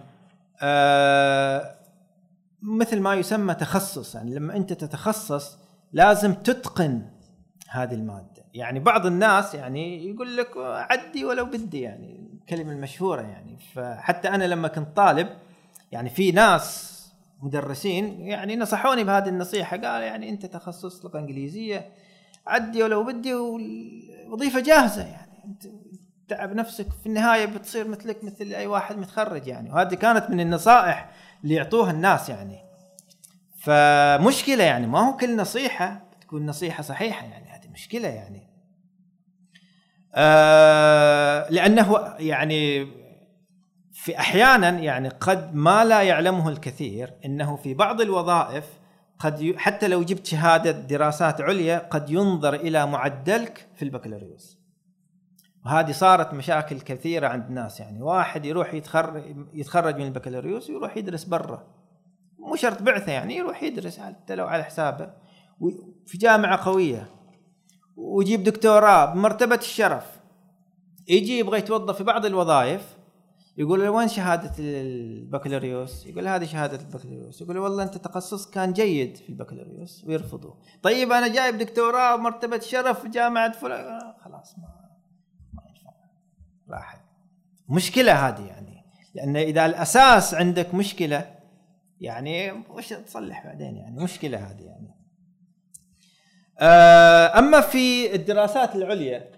مثل ما يسمى تخصص يعني، لما أنت تتخصص لازم تتقن هذه المادة يعني. بعض الناس يعني يقول لك عدي ولو بدي يعني، الكلمة المشهورة يعني. فحتى أنا لما كنت طالب يعني في ناس مدرسين يعني نصحوني بهذه النصيحة، قال يعني أنت تخصص لغة إنجليزية عدي ولو بدي ووظيفة جاهزة يعني، أنت تعب نفسك في النهاية بتصير مثلك مثل أي واحد متخرج يعني. وهذه كانت من النصائح اللي يعطوها الناس يعني. فمشكلة يعني ما هو كل نصيحة تكون نصيحة صحيحة يعني، هذه مشكلة يعني. لأنه يعني في أحيانا يعني قد ما لا يعلمه الكثير إنه في بعض الوظائف قد حتى لو جبت شهادة دراسات عليا قد ينظر إلى معدلك في البكالوريوس. وهذه صارت مشاكل كثيرة عند الناس يعني. واحد يروح يتخرج من البكالوريوس ويروح يدرس برا، مو شرط بعثة يعني، يروح يدرس حتى لو على حسابه في جامعة قوية، ويجيب دكتوراه بمرتبة الشرف، يجي يبغى يتوظف في بعض الوظائف يقول له وين شهادة البكالوريوس؟ يقول هذه شهادة البكالوريوس. يقول له والله أنت تخصص كان جيد في البكالوريوس، ويرفضه. طيب أنا جايب دكتوراه ومرتبة شرف في جامعة فلان، خلاص ما ينفع، راحت. مشكلة هذه يعني، لأن إذا الأساس عندك مشكلة يعني وش تصلح بعدين يعني، مشكلة هذه يعني. أما في الدراسات العليا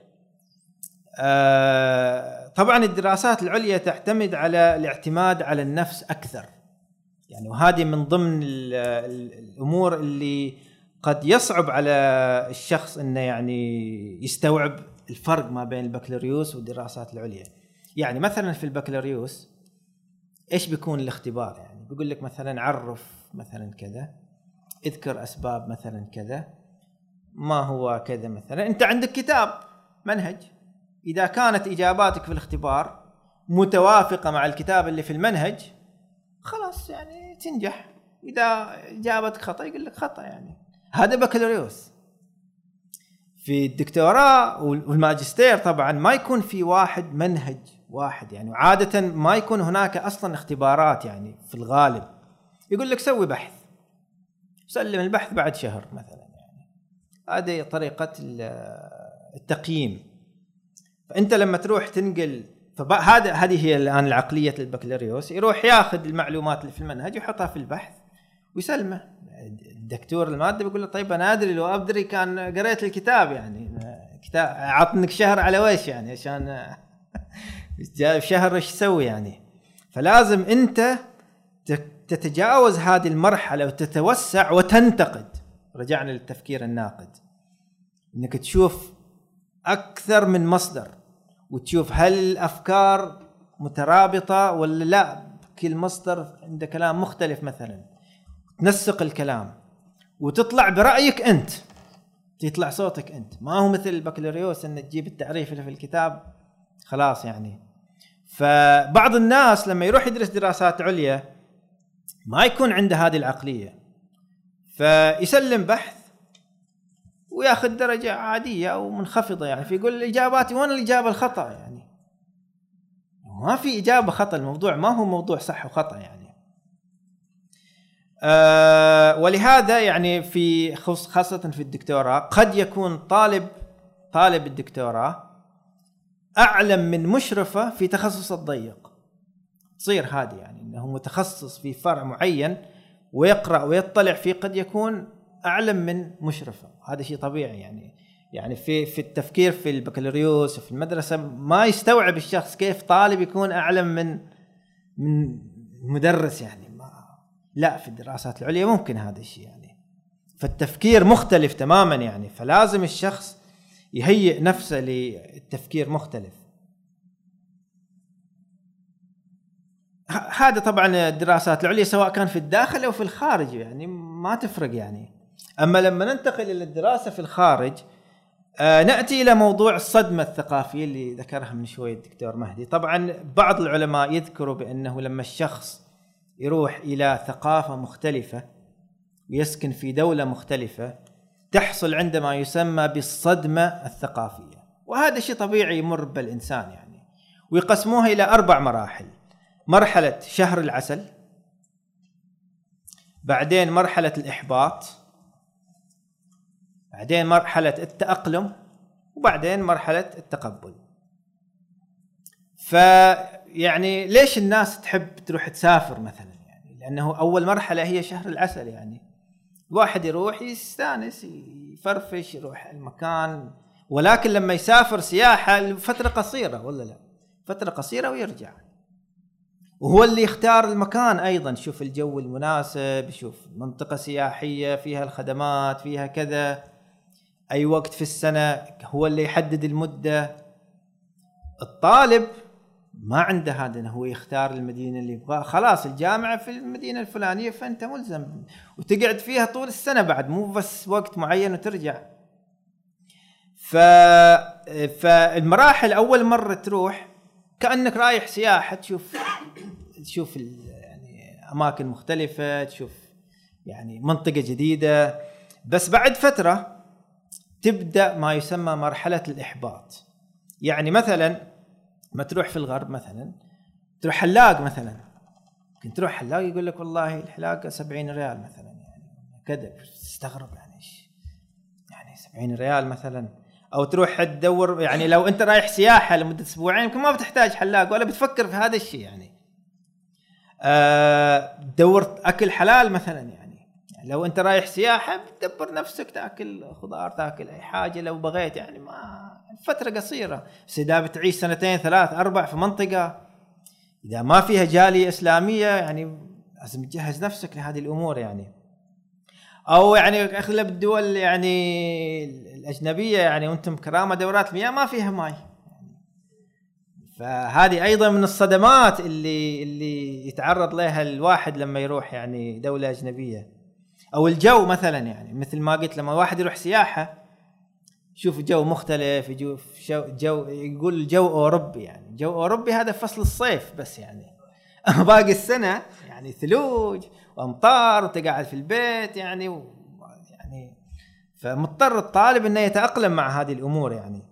طبعا الدراسات العليا تعتمد على الاعتماد على النفس أكثر يعني. وهذه من ضمن الأمور اللي قد يصعب على الشخص إنه يعني يستوعب الفرق ما بين البكالوريوس والدراسات العليا. يعني مثلا في البكالوريوس إيش بيكون الاختبار يعني؟ بيقول لك مثلا عرف مثلا كذا، اذكر أسباب مثلا كذا، ما هو كذا مثلا. أنت عندك كتاب منهج، إذا كانت إجاباتك في الاختبار متوافقة مع الكتاب اللي في المنهج خلاص يعني تنجح. إذا إجابتك خطأ يقول لك خطأ يعني. هذا بكالوريوس. في الدكتوراه والماجستير طبعا ما يكون في واحد منهج واحد يعني، وعادة ما يكون هناك أصلا اختبارات يعني. في الغالب يقول لك سوي بحث، سلم البحث بعد شهر مثلا يعني. هذه طريقة التقييم. فانت لما تروح تنقل، هذه هي الان العقليه البكالوريوس، يروح ياخذ المعلومات اللي في المنهج ويحطها في البحث ويسلمه. الدكتور الماده بيقول له طيب انا ادري، لو ادري كان قريت الكتاب، يعني كتاب عطنك شهر على ويش يعني عشان جاي شهر ايش تسوي يعني. فلازم انت تتجاوز هذه المرحله وتتوسع وتنتقد. رجعنا للتفكير الناقد، انك تشوف اكثر من مصدر وتشوف هل الافكار مترابطه ولا لا، كل مصدر عنده كلام مختلف مثلا، تنسق الكلام وتطلع برايك انت، تطلع صوتك انت. ما هو مثل البكالوريوس ان تجيب التعريف اللي في الكتاب خلاص يعني. فبعض الناس لما يروح يدرس دراسات عليا ما يكون عنده هذه العقليه، فيسلم بحث وياخذ درجه عاديه او منخفضه يعني، فيقول الاجابات وين الاجابه الخطا يعني. ما في اجابه خطا، الموضوع ما هو موضوع صح وخطا يعني. ولهذا يعني في خاصه في الدكتوراه قد يكون طالب الدكتوراه اعلم من مشرفه في تخصص الضيق. تصير هذه يعني انه متخصص في فرع معين ويقرأ ويطلع فيه، قد يكون أعلم من مشرفه. هذا شيء طبيعي يعني في التفكير في البكالوريوس في المدرسة ما يستوعب الشخص كيف طالب يكون أعلم من مدرس يعني. لا، في الدراسات العليا ممكن هذا الشيء يعني. فالتفكير مختلف تماما يعني، فلازم الشخص يهيئ نفسه للتفكير مختلف. هذا طبعا الدراسات العليا سواء كان في الداخل أو في الخارج يعني ما تفرق يعني. أما لما ننتقل إلى الدراسة في الخارج نأتي إلى موضوع الصدمة الثقافية اللي ذكرها من شوي الدكتور مهدي. طبعا بعض العلماء يذكروا بأنه لما الشخص يروح إلى ثقافة مختلفة ويسكن في دولة مختلفة تحصل عندما يسمى بالصدمة الثقافية، وهذا شيء طبيعي يمر بالإنسان يعني. ويقسموها إلى 4 مراحل: مرحلة شهر العسل، بعدين مرحلة الإحباط، بعدين مرحلة التأقلم، وبعدين مرحلة التقبل. فيعني ليش الناس تحب تروح تسافر مثلا يعني؟ لأنه أول مرحلة هي شهر العسل يعني، الواحد يروح يستانس يفرفش يروح المكان. ولكن لما يسافر سياحة لفترة قصيرة ولا لا، فترة قصيرة ويرجع، وهو اللي يختار المكان أيضا، شوف الجو المناسب، شوف منطقة سياحية فيها الخدمات فيها كذا، أي وقت في السنة، هو اللي يحدد المدة. الطالب ما عنده هذا، انه هو يختار المدينة اللي يبغاها، خلاص الجامعة في المدينة الفلانية فأنت ملزم وتقعد فيها طول السنة بعد، مو بس وقت معين وترجع. فالمراحل أول مرة تروح كأنك رايح سياحة، تشوف يعني أماكن مختلفة، تشوف يعني منطقة جديدة. بس بعد فترة تبدأ ما يسمى مرحلة الإحباط. يعني مثلا ما تروح في الغرب مثلا، تروح حلاق مثلا، كنت تروح حلاق يقول لك والله الحلاقة 70 ريال مثلا يعني كذا، تستغرب يعني ايش يعني 70 ريال مثلا. او تروح تدور يعني لو انت رايح سياحة لمدة اسبوعين يمكن ما بتحتاج حلاق ولا بتفكر في هذا الشيء يعني. تدور اكل حلال مثلا يعني لو انت رايح سياحة بتدبر نفسك تاكل خضار تاكل اي حاجة لو بغيت يعني، ما فترة قصيرة. بس إذا بتعيش 2 3 4 في منطقة إذا ما فيها جالية إسلامية يعني لازم تجهز نفسك لهذه الأمور يعني. أو يعني أغلب الدول يعني الأجنبية يعني وأنتم كرامة دورات المياه ما فيها ماء يعني. فهذه أيضا من الصدمات اللي يتعرض لها الواحد لما يروح يعني دولة أجنبية. أو الجو مثلا يعني مثل ما قلت لما واحد يروح سياحة شوف جو مختلف، جو يقول الجو أوروبي يعني، جو أوروبي هذا فصل الصيف بس يعني. باقي السنة يعني ثلوج وأمطار وتقعد في البيت يعني فمضطر الطالب إنه يتأقلم مع هذه الأمور يعني.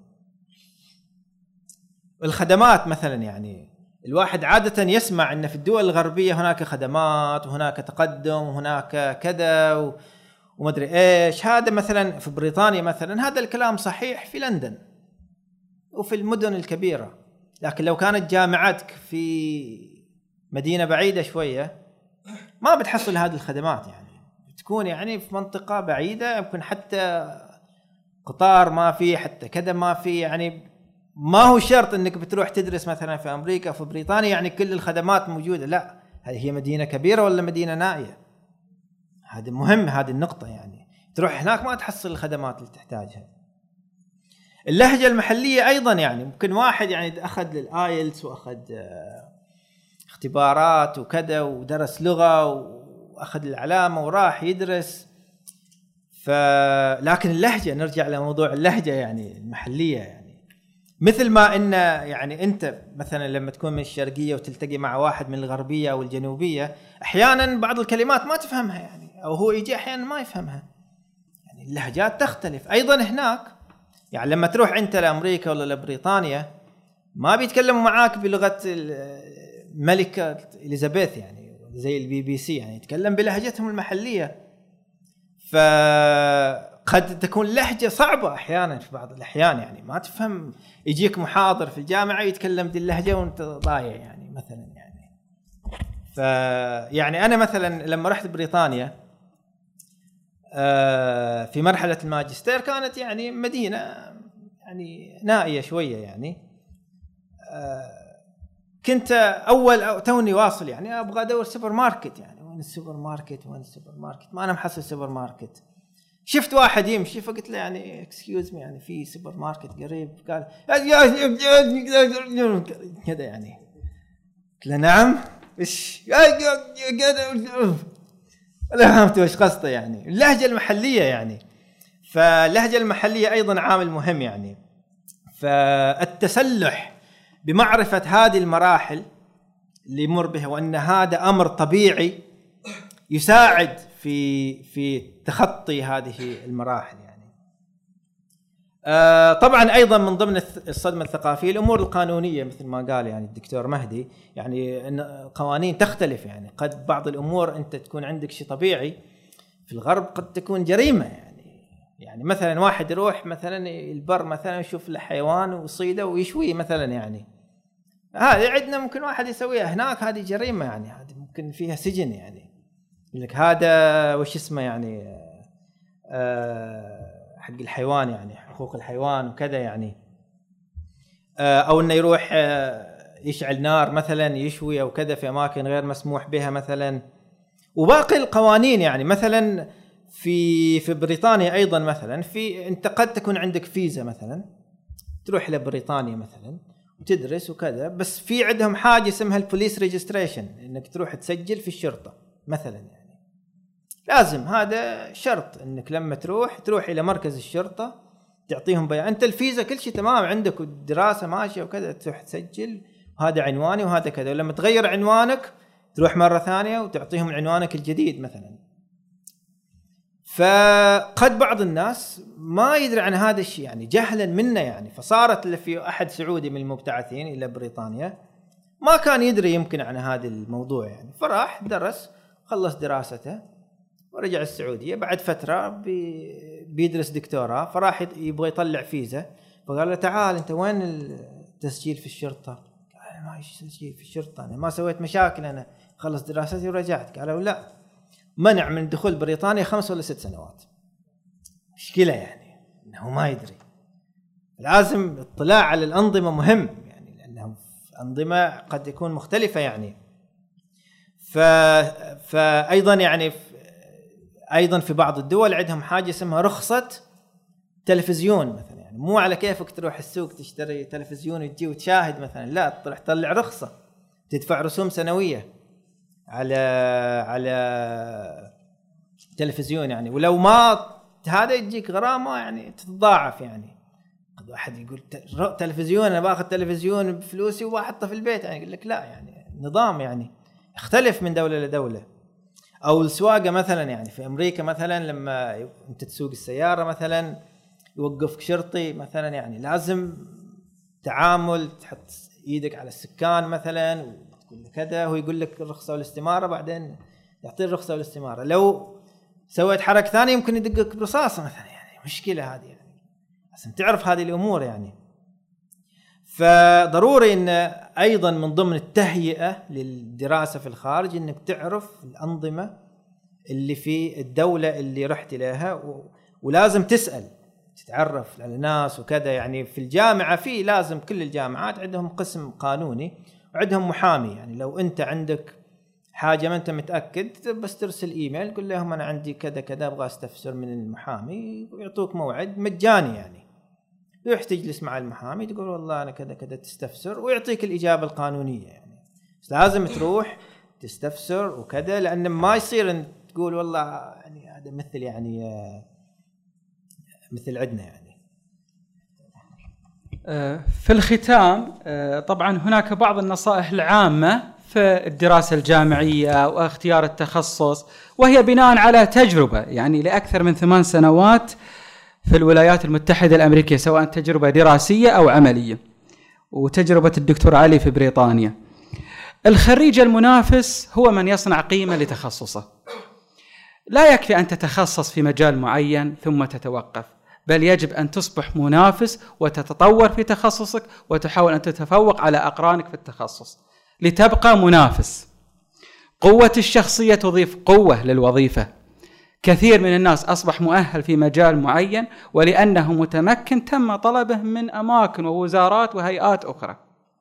الخدمات مثلا يعني الواحد عادة يسمع إن في الدول الغربية هناك خدمات وهناك تقدم وهناك كذا وما أدري إيش. هذا مثلا في بريطانيا مثلا هذا الكلام صحيح في لندن وفي المدن الكبيرة. لكن لو كانت جامعتك في مدينة بعيدة شوية ما بتحصل هذه الخدمات، يعني بتكون يعني في منطقة بعيدة، يمكن حتى قطار ما في، حتى كذا ما في. يعني ما هو شرط انك بتروح تدرس مثلا في امريكا في بريطانيا يعني كل الخدمات موجودة، لا، هذه هي مدينة كبيرة ولا مدينة نائية. هذا مهم، هذه النقطة. يعني تروح هناك ما تحصل الخدمات اللي تحتاجها. اللهجة المحلية أيضا، يعني ممكن واحد يعني أخذ للآيلتس وأخذ اختبارات وكذا ودرس لغة وأخذ العلامة وراح يدرس، لكن اللهجة، نرجع لموضوع اللهجة يعني المحلية، يعني مثل ما إن يعني أنت مثلا لما تكون من الشرقية وتلتقي مع واحد من الغربية أو الجنوبية أحيانا بعض الكلمات ما تفهمها، يعني أو هو يجي أحيانا ما يفهمها. يعني اللهجات تختلف أيضا هناك. يعني لما تروح أنت لأمريكا ولا لبريطانيا ما بيتكلموا معاك بلغة الملكة إليزابيث يعني زي الBBC، يعني يتكلم بلهجتهم المحلية. فقد تكون لهجة صعبة أحيانا في بعض الأحيان، يعني ما تفهم. يجيك محاضر في الجامعة يتكلم دي اللهجة وانت ضايع يعني مثلا. يعني أنا مثلا لما رحت بريطانيا في مرحلة الماجستير كانت يعني مدينة يعني نائية شوية، يعني كنت أول توني واصل يعني أبغى أدور سوبر ماركت، يعني وين السوبر ماركت ما أنا محصل سوبر ماركت. شفت واحد يمشي فقلت له يعني excuse me يعني في سوبر ماركت قريب، قال كذا يعني. قلت له نعم إيش لا فهمت وش قصده. يعني اللهجة المحلية يعني، فاللهجة المحلية أيضا عامل مهم يعني. فالتسلح بمعرفة هذه المراحل اللي يمر بها، وأن هذا أمر طبيعي يساعد في تخطي هذه المراحل يعني. طبعا أيضا من ضمن الصدمة الثقافية الأمور القانونية مثل ما قال يعني الدكتور مهدي، يعني أن القوانين تختلف. يعني قد بعض الأمور أنت تكون عندك شيء طبيعي في الغرب قد تكون جريمة. يعني مثلا واحد يروح مثلا البر مثلا يشوف الحيوان ويصيده ويشويه مثلا، يعني هذه عندنا ممكن واحد يسويها، هناك هذه جريمة، يعني هذه ممكن فيها سجن. يعني لك هذا وش اسمه يعني حق الحيوان، يعني حقوق الحيوان وكذا يعني. أو إنه يروح يشعل نار مثلا يشوي أو كذا في أماكن غير مسموح بها مثلا. وباقي القوانين يعني مثلا في بريطانيا أيضا مثلا أنت قد تكون عندك فيزا مثلا تروح لبريطانيا مثلا وتدرس وكذا، بس في عندهم حاجة اسمها البوليس ريجستريشن، إنك تروح تسجل في الشرطة مثلا. يعني لازم هذا شرط إنك لما تروح إلى مركز الشرطة تعطيهم بيان أنت الفيزا كل شيء تمام عندك والدراسة ماشية وكذا، تروح تسجل وهذا عنواني وهذا كذا. ولما تغير عنوانك تروح مرة ثانية وتعطيهم عنوانك الجديد مثلا. فقد بعض الناس ما يدري عن هذا الشيء يعني جهلا منا يعني. فصارت في أحد سعودي من المبتعثين إلى بريطانيا ما كان يدري يمكن عن هذا الموضوع يعني، فراح درس خلص دراسته ورجع السعودية. بعد فترة بيدرس دكتوراه، فراح يبغى يطلع فيزا، فقال له تعال أنت وين التسجيل في الشرطة؟ قال ما إيش تسجيل في الشرطة، أنا ما سويت مشاكل، أنا خلص دراستي ورجعت. قالوا لا، منع من دخول بريطانيا 5 ولا 6 سنوات. مشكلة يعني إنه ما يدري. لازم الاطلاع على الأنظمة مهم يعني، لأنها أنظمة قد يكون مختلفة يعني. فأيضا يعني أيضا في بعض الدول عندهم حاجة اسمها رخصة تلفزيون مثلا. يعني مو على كيفك تروح السوق تشتري تلفزيون وتجي وتشاهد مثلا، لا، تروح تطلع رخصة تدفع رسوم سنوية على تلفزيون يعني. ولو ما هذا يجيك غرامة يعني تتضاعف. يعني قد واحد يقول تلفزيون أنا باخذ تلفزيون بفلوسي وأحطه في البيت، يعني يقول لك لا، يعني نظام يعني يختلف من دولة لدولة. أو السواقة مثلا، يعني في أمريكا مثلا لما أنت تسوق السيارة مثلا يوقفك شرطي مثلا، يعني لازم تعامل تحط إيدك على السكان مثلا وتقول له كذا، هو يقول لك الرخصة والاستمارة، بعدين يعطي الرخصة والاستمارة. لو سويت حركة ثانية يمكن يدقك برصاصة مثلا، يعني مشكلة هذه يعني. لازم تعرف هذه الأمور يعني. فضروري ان ايضا من ضمن التهيئه للدراسه في الخارج انك تعرف الانظمه اللي في الدوله اللي رحت اليها، ولازم تسال تتعرف على الناس وكذا. يعني في الجامعه في لازم كل الجامعات عندهم قسم قانوني وعندهم محامي. يعني لو انت عندك حاجه ما انت متاكد بس ترسل ايميل قل لهم انا عندي كذا كذا ابغى استفسر من المحامي، ويعطوك موعد مجاني. يعني تروح تجلس مع المحامي تقول والله انا كذا كذا تستفسر ويعطيك الاجابه القانونيه. يعني بس لازم تروح تستفسر وكذا، لان ما يصير ان تقول والله يعني هذا مثل يعني مثل عندنا. يعني في الختام طبعا هناك بعض النصائح العامة في الدراسة الجامعية واختيار التخصص، وهي بناء على تجربة يعني لأكثر من 8 سنوات في الولايات المتحدة الأمريكية، سواء تجربة دراسية أو عملية، وتجربة الدكتور علي في بريطانيا. الخريج المنافس هو من يصنع قيمة لتخصصه. لا يكفي أن تتخصص في مجال معين ثم تتوقف، بل يجب أن تصبح منافس وتتطور في تخصصك وتحاول أن تتفوق على أقرانك في التخصص لتبقى منافس. قوة الشخصية تضيف قوة للوظيفة. كثير من الناس أصبح مؤهل في مجال معين ولأنه متمكن تم طلبه من أماكن ووزارات وهيئات أخرى.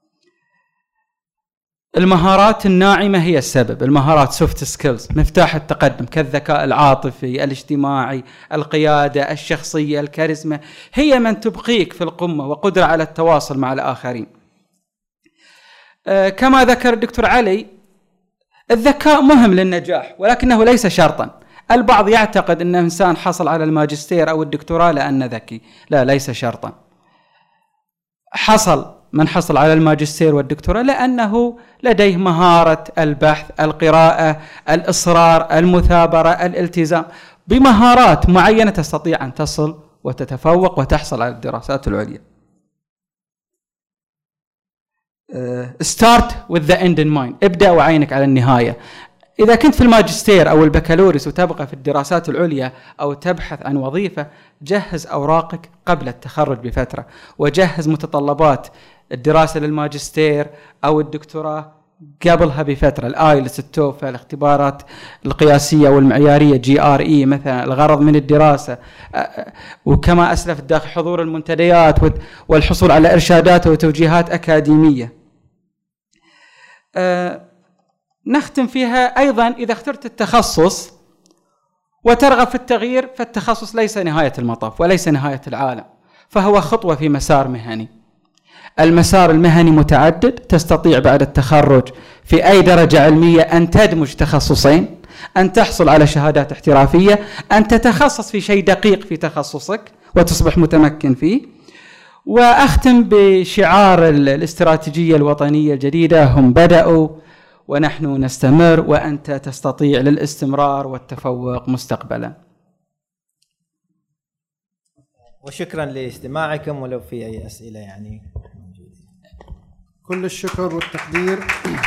المهارات الناعمة هي السبب. المهارات soft skills مفتاح التقدم، كالذكاء العاطفي، الاجتماعي، القيادة، الشخصية، الكاريزما، هي من تبقيك في القمة، وقدرة على التواصل مع الآخرين. كما ذكر الدكتور علي، الذكاء مهم للنجاح ولكنه ليس شرطا. البعض يعتقد أن إنسان حصل على الماجستير أو الدكتوراه لأنه ذكي. لا، ليس شرطا. من حصل على الماجستير والدكتوراه لأنه لديه مهارة البحث، القراءة، الإصرار، المثابرة، الالتزام. بمهارات معينة تستطيع أن تصل وتتفوق وتحصل على الدراسات العليا. Start with the end in mind. ابدأ وعينك على النهاية. إذا كنت في الماجستير أو البكالوريوس وتبقى في الدراسات العليا أو تبحث عن وظيفة، جهز أوراقك قبل التخرج بفترة، وجهز متطلبات الدراسة للماجستير أو الدكتوراه قبلها بفترة. الآيلتس، التوفل، الاختبارات القياسية والمعيارية GRE مثلا، الغرض من الدراسة. وكما أسلفت داخل حضور المنتديات والحصول على إرشادات وتوجيهات أكاديمية. نختم فيها أيضا، إذا اخترت التخصص وترغب في التغيير، فالتخصص ليس نهاية المطاف وليس نهاية العالم، فهو خطوة في مسار مهني. المسار المهني متعدد. تستطيع بعد التخرج في أي درجة علمية أن تدمج تخصصين، أن تحصل على شهادات احترافية، أن تتخصص في شيء دقيق في تخصصك وتصبح متمكن فيه. وأختم بشعار الاستراتيجية الوطنية الجديدة: هم بدأوا ونحن نستمر، وأنت تستطيع للاستمرار والتفوق مستقبلا. وشكرا لاستماعكم، ولو في أي أسئلة يعني موجودة. كل الشكر والتقدير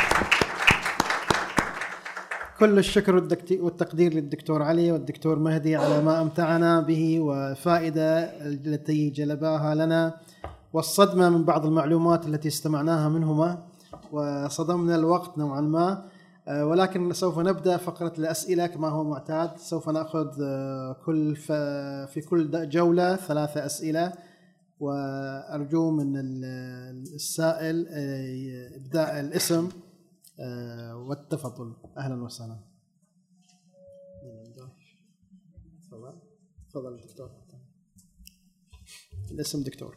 كل الشكر والتقدير للدكتور علي والدكتور مهدي على ما أمتعنا به وفائدة التي جلباها لنا، والصدمة من بعض المعلومات التي استمعناها منهما، وصدمنا الوقت نوعا ما. ولكن سوف نبدأ فقرة الأسئلة كما هو معتاد. سوف نأخذ في كل جولة 3 أسئلة، وأرجو من السائل إبداء الاسم والتفضل. أهلا وسهلا. تفضل دكتور. الاسم دكتور.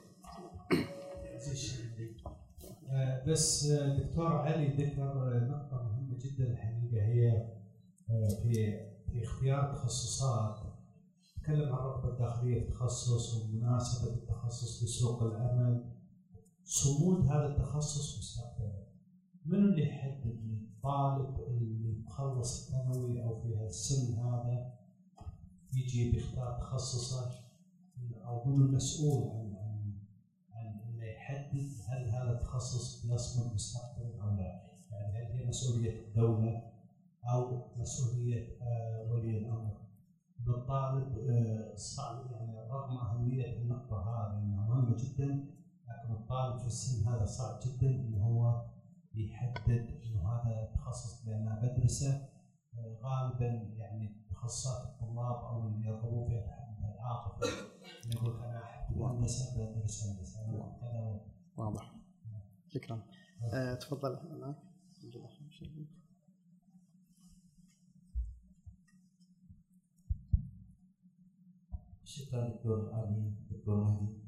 بس دكتور علي ذكر نقطة مهمة جدا الحقيقة، هي في اختيار التخصصات. تكلم عن الرغبة الداخلية في التخصص ومناسبة التخصص لسوق العمل، صمود هذا التخصص مستقبلا. من اللي يحدد الطالب اللي مخلص الثانوي أو في هالسن هذا يجي بيختار تخصصه، أو من المسؤول عن انه يحدد هل هذا التخصص يصمد مستقبلا او لا؟ يعني هل هي مسؤوليه الدوله او مسؤوليه ولي الامر؟ بالطالب صعب يعني، رغم اهميه النقطه هذه انها مهمه جدا، لكن الطالب في السن هذا صعب جدا إنه هو يحدد إنه هذا التخصص اللي أنا بدرسه. غالبا يعني تخصصات الطلاب أو اللي يرغبون في العاطفة يقول أنا أحب الهندسة بدرس هندسة. هذا واضح. شكرا. تفضل معك. شكرا دكتور علي. دكتور مهدي.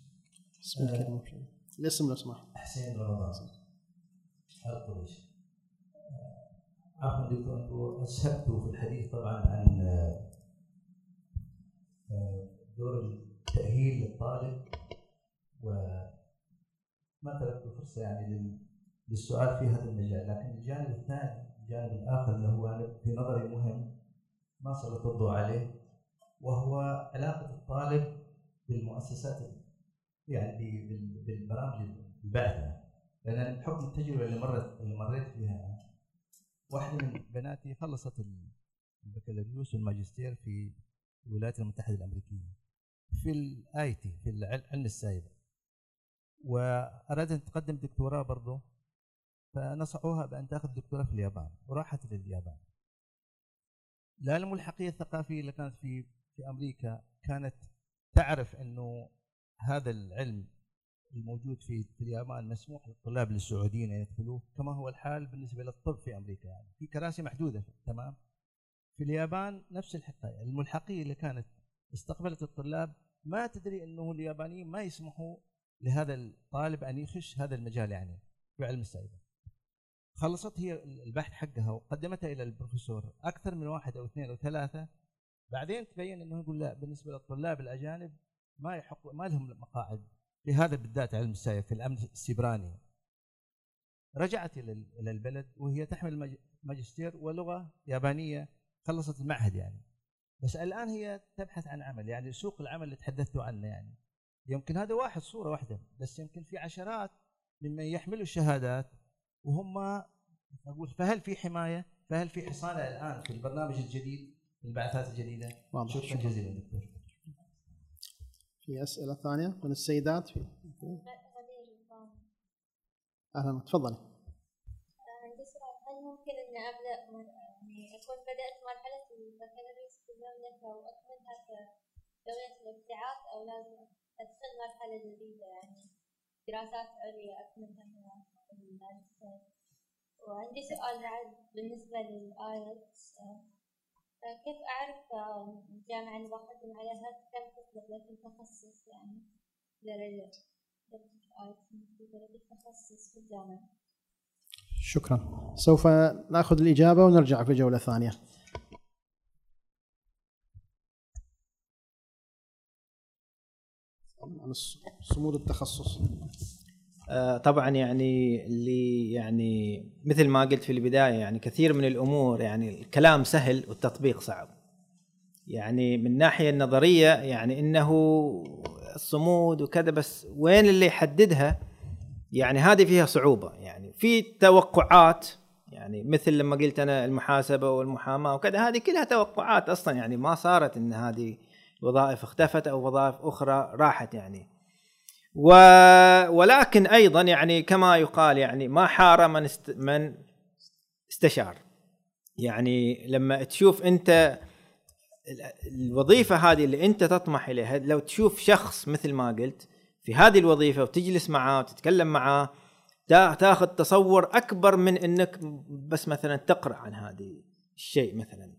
الاسم لو سمحت. حسين رمضان القريش. عفوا دكتور، انتم اسهبتوا في الحديث طبعا عن دور التأهيل للطالب، وما تركتوا فرصة يعني للسؤال في هذا المجال، لكن الجانب الثاني، الجانب الآخر اللي هو في نظري مهم ما سلط الضوء عليه، وهو علاقة الطالب بالمؤسسات يعني بالبرامج البعثة. لأن بحكم التجربة اللي مريت فيها، واحدة من بناتي خلصت البكالوريوس والماجستير في الولايات المتحدة الأمريكية في الاي تي، في العلم السائبر، وأرادت أن تقدم دكتوراه برضه، فنصحوها بأن تأخذ دكتوراه في اليابان، وراحت لليابان. لا الملحقية الثقافية اللي كانت في أمريكا كانت تعرف أنه هذا العلم الموجود في اليابان مسموح للطلاب السعوديين أن يدخلوه، كما هو الحال بالنسبة للطب في أمريكا، يعني في كراسي محدودة تمام. في اليابان نفس الحكاية، الملحقية اللي كانت استقبلت الطلاب ما تدري أنه اليابانيين ما يسمحوا لهذا الطالب أن يخش هذا المجال يعني في علم السائبر. خلصت هي البحث حقها وقدمتها إلى البروفيسور أكثر من 1 أو 2 أو 3. بعدين تبين أنه يقول لا، بالنسبة للطلاب الأجانب ما لهم مقاعد في هذا بالذات علم السائبر في الأمن السيبراني. رجعت إلى البلد وهي تحمل ماجستير ولغة يابانية، خلصت المعهد يعني، بس الآن هي تبحث عن عمل. يعني سوق العمل اللي تحدثتوا عنه يعني يمكن هذا صورة واحدة، بس يمكن في عشرات ممن يحملوا الشهادات وهم أقول. فهل في حماية؟ فهل في حصانة الآن في البرنامج الجديد، البعثات الجديدة؟ شكرا جزيلا دكتور. في أسئلة ثانية من السيدات؟ أهلا، تفضلي. عندي سؤال، هل ممكن إن أبدأ يعني أكون بدأت مرحلة البكالوريوس في المملكة وأكملها كدورة الابتعاث، أو لازم أدخل مرحلة جديدة يعني دراسات عليا أكملها هنا في الماجستير؟ وعندي سؤال بعد بالنسبة للآيلتس، كيف أعرف الجامعة اللي بقدم عليها كم تطلب لك التخصص يعني درجة التخصص في الجامعة؟ شكرا. سوف نأخذ الإجابة ونرجع في جولة ثانية. عن صمود التخصص. طبعا يعني اللي يعني مثل ما قلت في البداية، يعني كثير من الأمور يعني الكلام سهل والتطبيق صعب. يعني من الناحية النظرية يعني إنه الصمود وكذا، بس وين اللي يحددها؟ يعني هذه فيها صعوبة. يعني في توقعات، يعني مثل لما قلت أنا المحاسبة والمحاماة وكذا، هذه كلها توقعات أصلا، يعني ما صارت إن هذه وظائف اختفت أو وظائف أخرى راحت يعني. ولكن أيضا يعني كما يقال يعني ما حار من استشار. يعني لما تشوف أنت الوظيفة هذه اللي أنت تطمح إليها، لو تشوف شخص مثل ما قلت في هذه الوظيفة وتجلس معه وتتكلم معه، تاخذ تصور أكبر من أنك بس مثلا تقرأ عن هذه الشيء مثلا.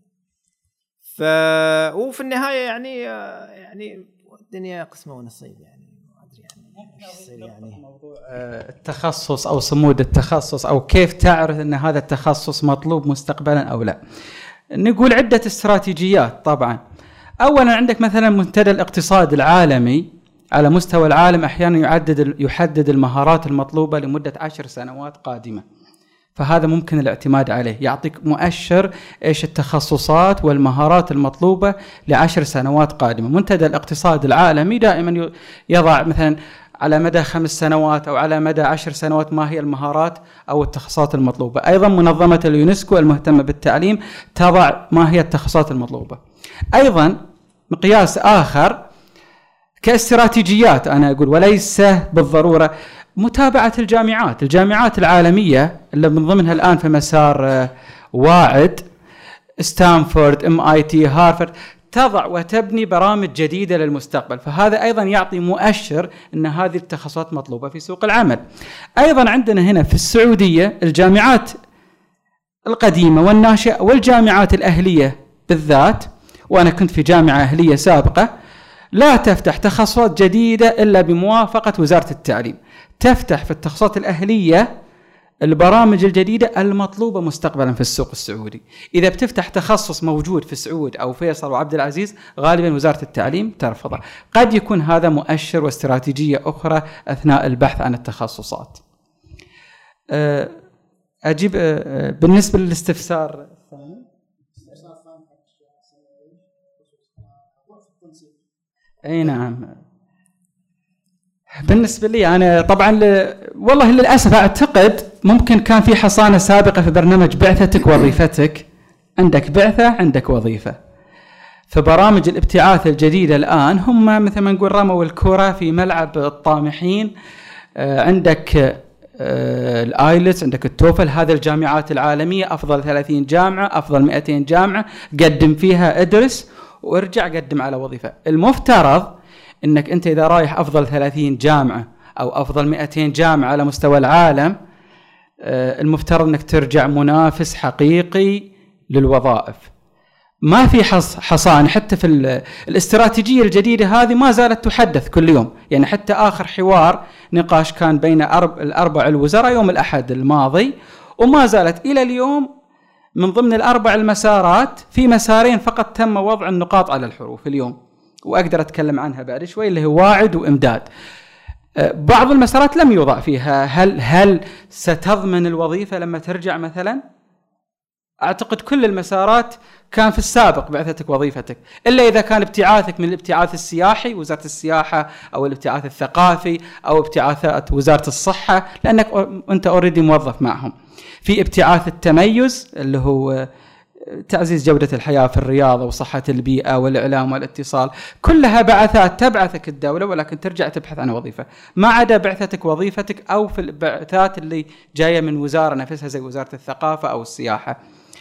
وفي النهاية يعني الدنيا قسمة ونصيب يعني. يعني موضوع التخصص أو صمود التخصص، أو كيف تعرف أن هذا التخصص مطلوب مستقبلا أو لا. نقول عدة استراتيجيات. طبعا أولا عندك مثلا منتدى الاقتصاد العالمي على مستوى العالم أحيانا يحدد المهارات المطلوبة لمدة 10 سنوات قادمة، فهذا ممكن الاعتماد عليه، يعطيك مؤشر إيش التخصصات والمهارات المطلوبة ل10 سنوات قادمة. منتدى الاقتصاد العالمي دائما يضع مثلا على مدى 5 سنوات أو على مدى 10 سنوات ما هي المهارات أو التخصصات المطلوبة. أيضا منظمة اليونسكو المهتمة بالتعليم تضع ما هي التخصصات المطلوبة. أيضا مقياس آخر كاستراتيجيات أنا أقول، وليس بالضرورة متابعة الجامعات العالمية اللي من ضمنها الآن في مسار واعد، ستانفورد، MIT، هارفارد، تضع وتبني برامج جديدة للمستقبل. فهذا أيضا يعطي مؤشر أن هذه التخصصات مطلوبة في سوق العمل. أيضا عندنا هنا في السعودية الجامعات القديمة والناشئة والجامعات الأهلية بالذات، وأنا كنت في جامعة أهلية سابقة، لا تفتح تخصصات جديدة إلا بموافقة وزارة التعليم. تفتح في التخصصات الأهلية البرامج الجديدة المطلوبة مستقبلا في السوق السعودي. إذا بتفتح تخصص موجود في سعود أو فيصل وعبد العزيز، غالبا وزارة التعليم ترفضه. قد يكون هذا مؤشر واستراتيجية أخرى أثناء البحث عن التخصصات. أجيب بالنسبة للاستفسار الثاني. أي نعم. بالنسبة لي أنا طبعا والله للأسف أعتقد ممكن كان في حصانة سابقة في برنامج بعثتك وظيفتك، عندك بعثة عندك وظيفة. فبرامج الابتعاث الجديدة الآن هم مثل ما نقول رموا الكرة في ملعب الطامحين. عندك الآيلتس، عندك التوفل، هذه الجامعات العالمية، أفضل 30 جامعة، أفضل 200 جامعة، قدم فيها، ادرس وارجع قدم على وظيفة. المفترض انك انت اذا رايح افضل 30 جامعة او افضل 200 جامعة على مستوى العالم، المفترض انك ترجع منافس حقيقي للوظائف. ما في حصان. حتى في الاستراتيجية الجديدة هذه ما زالت تحدث كل يوم. يعني حتى آخر حوار نقاش كان بين الأربع الوزراء يوم الأحد الماضي، وما زالت إلى اليوم من ضمن الأربع المسارات في مسارين فقط تم وضع النقاط على الحروف اليوم، وأقدر أتكلم عنها بعد شوي، اللي هو واعد وإمداد. بعض المسارات لم يوضع فيها هل ستضمن الوظيفة لما ترجع مثلا. أعتقد كل المسارات كان في السابق بعثتك وظيفتك، إلا إذا كان ابتعاثك من الابتعاث السياحي وزارة السياحة، أو الابتعاث الثقافي، أو ابتعاثات وزارة الصحة، لأنك أنت أوريدي موظف معهم. في ابتعاث التميز اللي هو تعزيز جودة الحياة في الرياضة وصحة البيئة والإعلام والاتصال، كلها بعثات تبعثك الدولة ولكن ترجع تبحث عن وظيفة، ما عدا بعثتك وظيفتك أو في البعثات اللي جاية من وزارة نفسها زي وزارة الثقافة أو السياحة.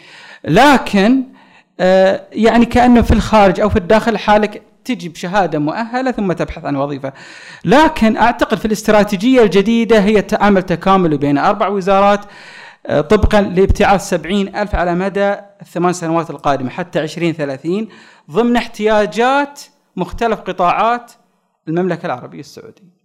لكن يعني كأنه في الخارج أو في الداخل حالك تجي بشهادة مؤهلة ثم تبحث عن وظيفة. لكن أعتقد في الاستراتيجية الجديدة هي عمل تكاملي بين 4 وزارات طبقا لابتعاث 70,000 على مدى 8 سنوات القادمة حتى 2030 ضمن احتياجات مختلف قطاعات المملكة العربية السعودية.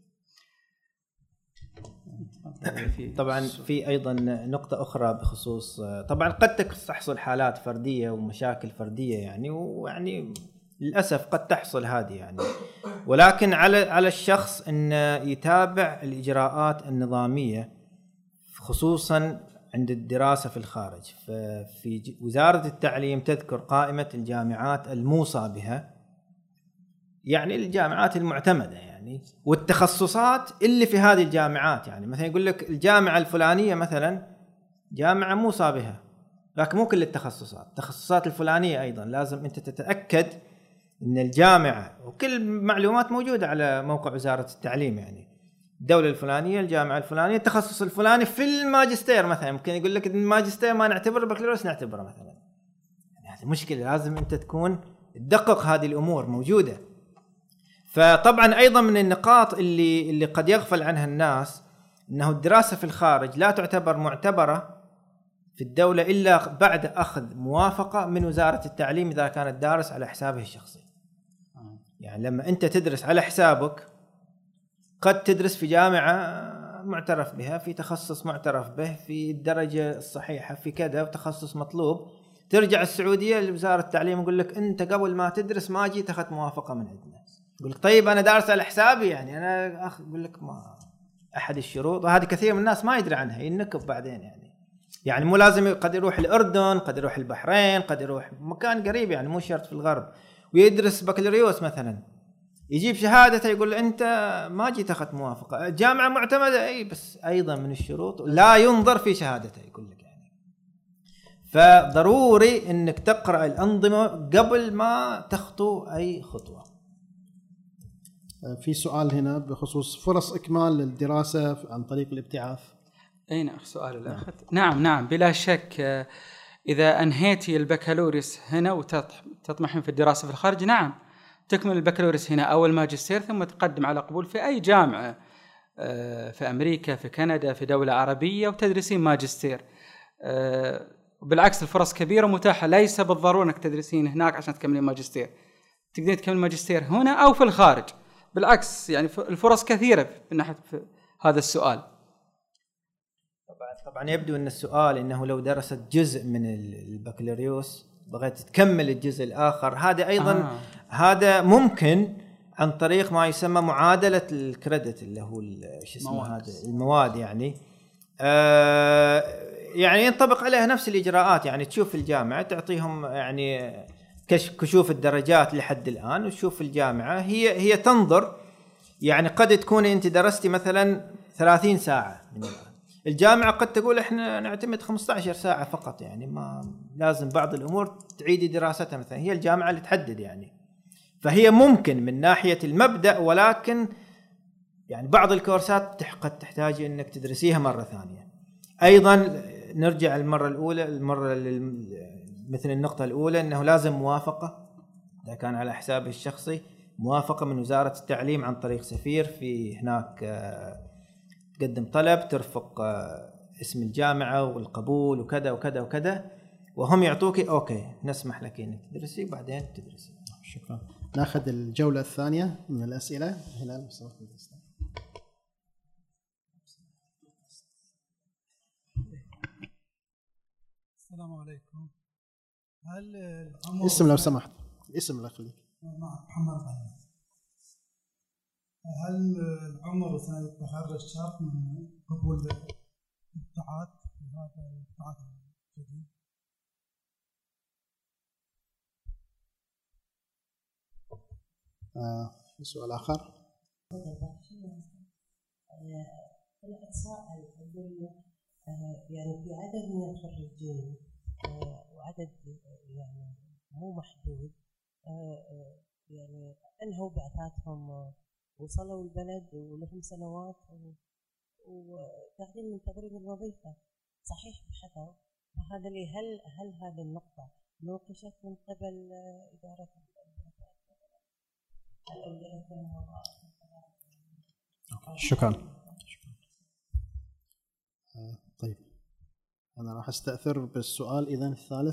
طبعا في أيضا نقطة أخرى بخصوص، طبعا قد تحصل حالات فردية ومشاكل فردية يعني، ويعني للأسف قد تحصل هذه يعني، ولكن على الشخص أن يتابع الإجراءات النظامية خصوصا عند الدراسة في الخارج. في وزارة التعليم تذكر قائمة الجامعات الموصى بها، يعني الجامعات المعتمدة يعني، والتخصصات اللي في هذه الجامعات. يعني مثلا يقول لك الجامعة الفلانية مثلا جامعة موصى بها، لكن مو كل التخصصات الفلانية أيضا لازم أنت تتأكد أن الجامعة، وكل المعلومات موجودة على موقع وزارة التعليم، يعني الدولة الفلانية، الجامعة الفلانية، التخصص الفلاني. في الماجستير مثلا ممكن يقول لك الماجستير ما نعتبره، البكالوريوس نعتبره مثلا. يعني هذه مشكلة، لازم أنت تكون تدقق هذه الأمور موجودة. فطبعا أيضا من النقاط اللي قد يغفل عنها الناس أنه الدراسة في الخارج لا تعتبر معتبرة في الدولة إلا بعد أخذ موافقة من وزارة التعليم إذا كانت دارس على حسابه الشخصي. يعني لما أنت تدرس على حسابك قد تدرس في جامعة معترف بها، في تخصص معترف به، في الدرجة الصحيحة، في كذا وتخصص مطلوب، ترجع السعودية لوزارة التعليم يقول لك أنت قبل ما تدرس ما جيت أخذت موافقة من عندنا. يقول لك طيب أنا دارس على حسابي، يعني أنا يقول لك ما أحد الشروط، وهذه كثير من الناس ما يدري عنها، ينكب بعدين يعني مو لازم، قد يروح الأردن، قد يروح البحرين، قد يروح مكان قريب يعني مو شرط في الغرب ويدرس بكالوريوس مثلا، يجيب شهادته يقول أنت ما جيت أخذت موافقة. جامعة معتمدة أي، بس أيضا من الشروط لا ينظر في شهادته يقول لك يعني. فضروري أنك تقرأ الأنظمة قبل ما تخطو أي خطوة. في سؤال هنا بخصوص فرص إكمال الدراسة عن طريق الابتعاث. أين سؤال الأخ؟ نعم بلا شك. إذا أنهيتي البكالوريوس هنا وتطمحين في الدراسة في الخارج، نعم تكمل البكالوريوس هنا أو الماجستير، ثم تقدم على قبول في أي جامعة في أمريكا، في كندا، في دولة عربية، وتدرسين ماجستير. بالعكس الفرص كبيرة متاحة، ليس بالضرورة أنك تدرسين هناك عشان تكملين ماجستير، تقدرين تكمل ماجستير هنا أو في الخارج. بالعكس يعني الفرص كثيرة من ناحية هذا السؤال. طبعا يبدو أن السؤال إنه لو درست جزء من البكالوريوس بغيت تكمل الجزء الآخر، هذا أيضا هذا ممكن عن طريق ما يسمى معادلة الكريدت، اللي هو شو اسمه هذا المواد يعني. يعني ينطبق عليها نفس الإجراءات، يعني تشوف الجامعة تعطيهم يعني كشوف الدرجات لحد الآن، وتشوف الجامعة هي تنظر، يعني قد تكون أنت درستي مثلا 30 ساعة من الآن، الجامعة قد تقول إحنا نعتمد 15 ساعة فقط، يعني ما لازم بعض الأمور تعيدي دراستها مثلا، هي الجامعة اللي تحدد يعني. فهي ممكن من ناحية المبدأ، ولكن يعني بعض الكورسات قد تحتاج إنك تدرسيها مرة ثانية. أيضا نرجع مثل النقطة الأولى، أنه لازم موافقة إذا كان على حسابه الشخصي، موافقة من وزارة التعليم عن طريق سفير في هناك، تقدم طلب، ترفق اسم الجامعة والقبول وكذا وكذا وكذا، وهم يعطوك أوكي نسمح لك إنك تدرسي وبعدين تدرسي. شكرا. ناخذ الجولة الثانية من الأسئلة. هلال مصطفى. السلام عليكم. هل اسم لو سمحت، الاسم الله يخليك. محمد غني. هل العمر سنة التخرج شرط من قبول الابتعاث في هذا الابتعاث الجديد؟ سؤال آخر. أنا أتساءل أقول يعني في عدد من الخريجين وعدد يعني مو محدود يعني أنهوا بعثاتهم وصلوا البلد ولهم سنوات وتقديم من تقريب الوظيفة صحيح بخطأ، فهذا لي هل هذه النقطة نوقشت من قبل إدارة شكرا. طيب أنا راح أستأثر بالسؤال إذن الثالث.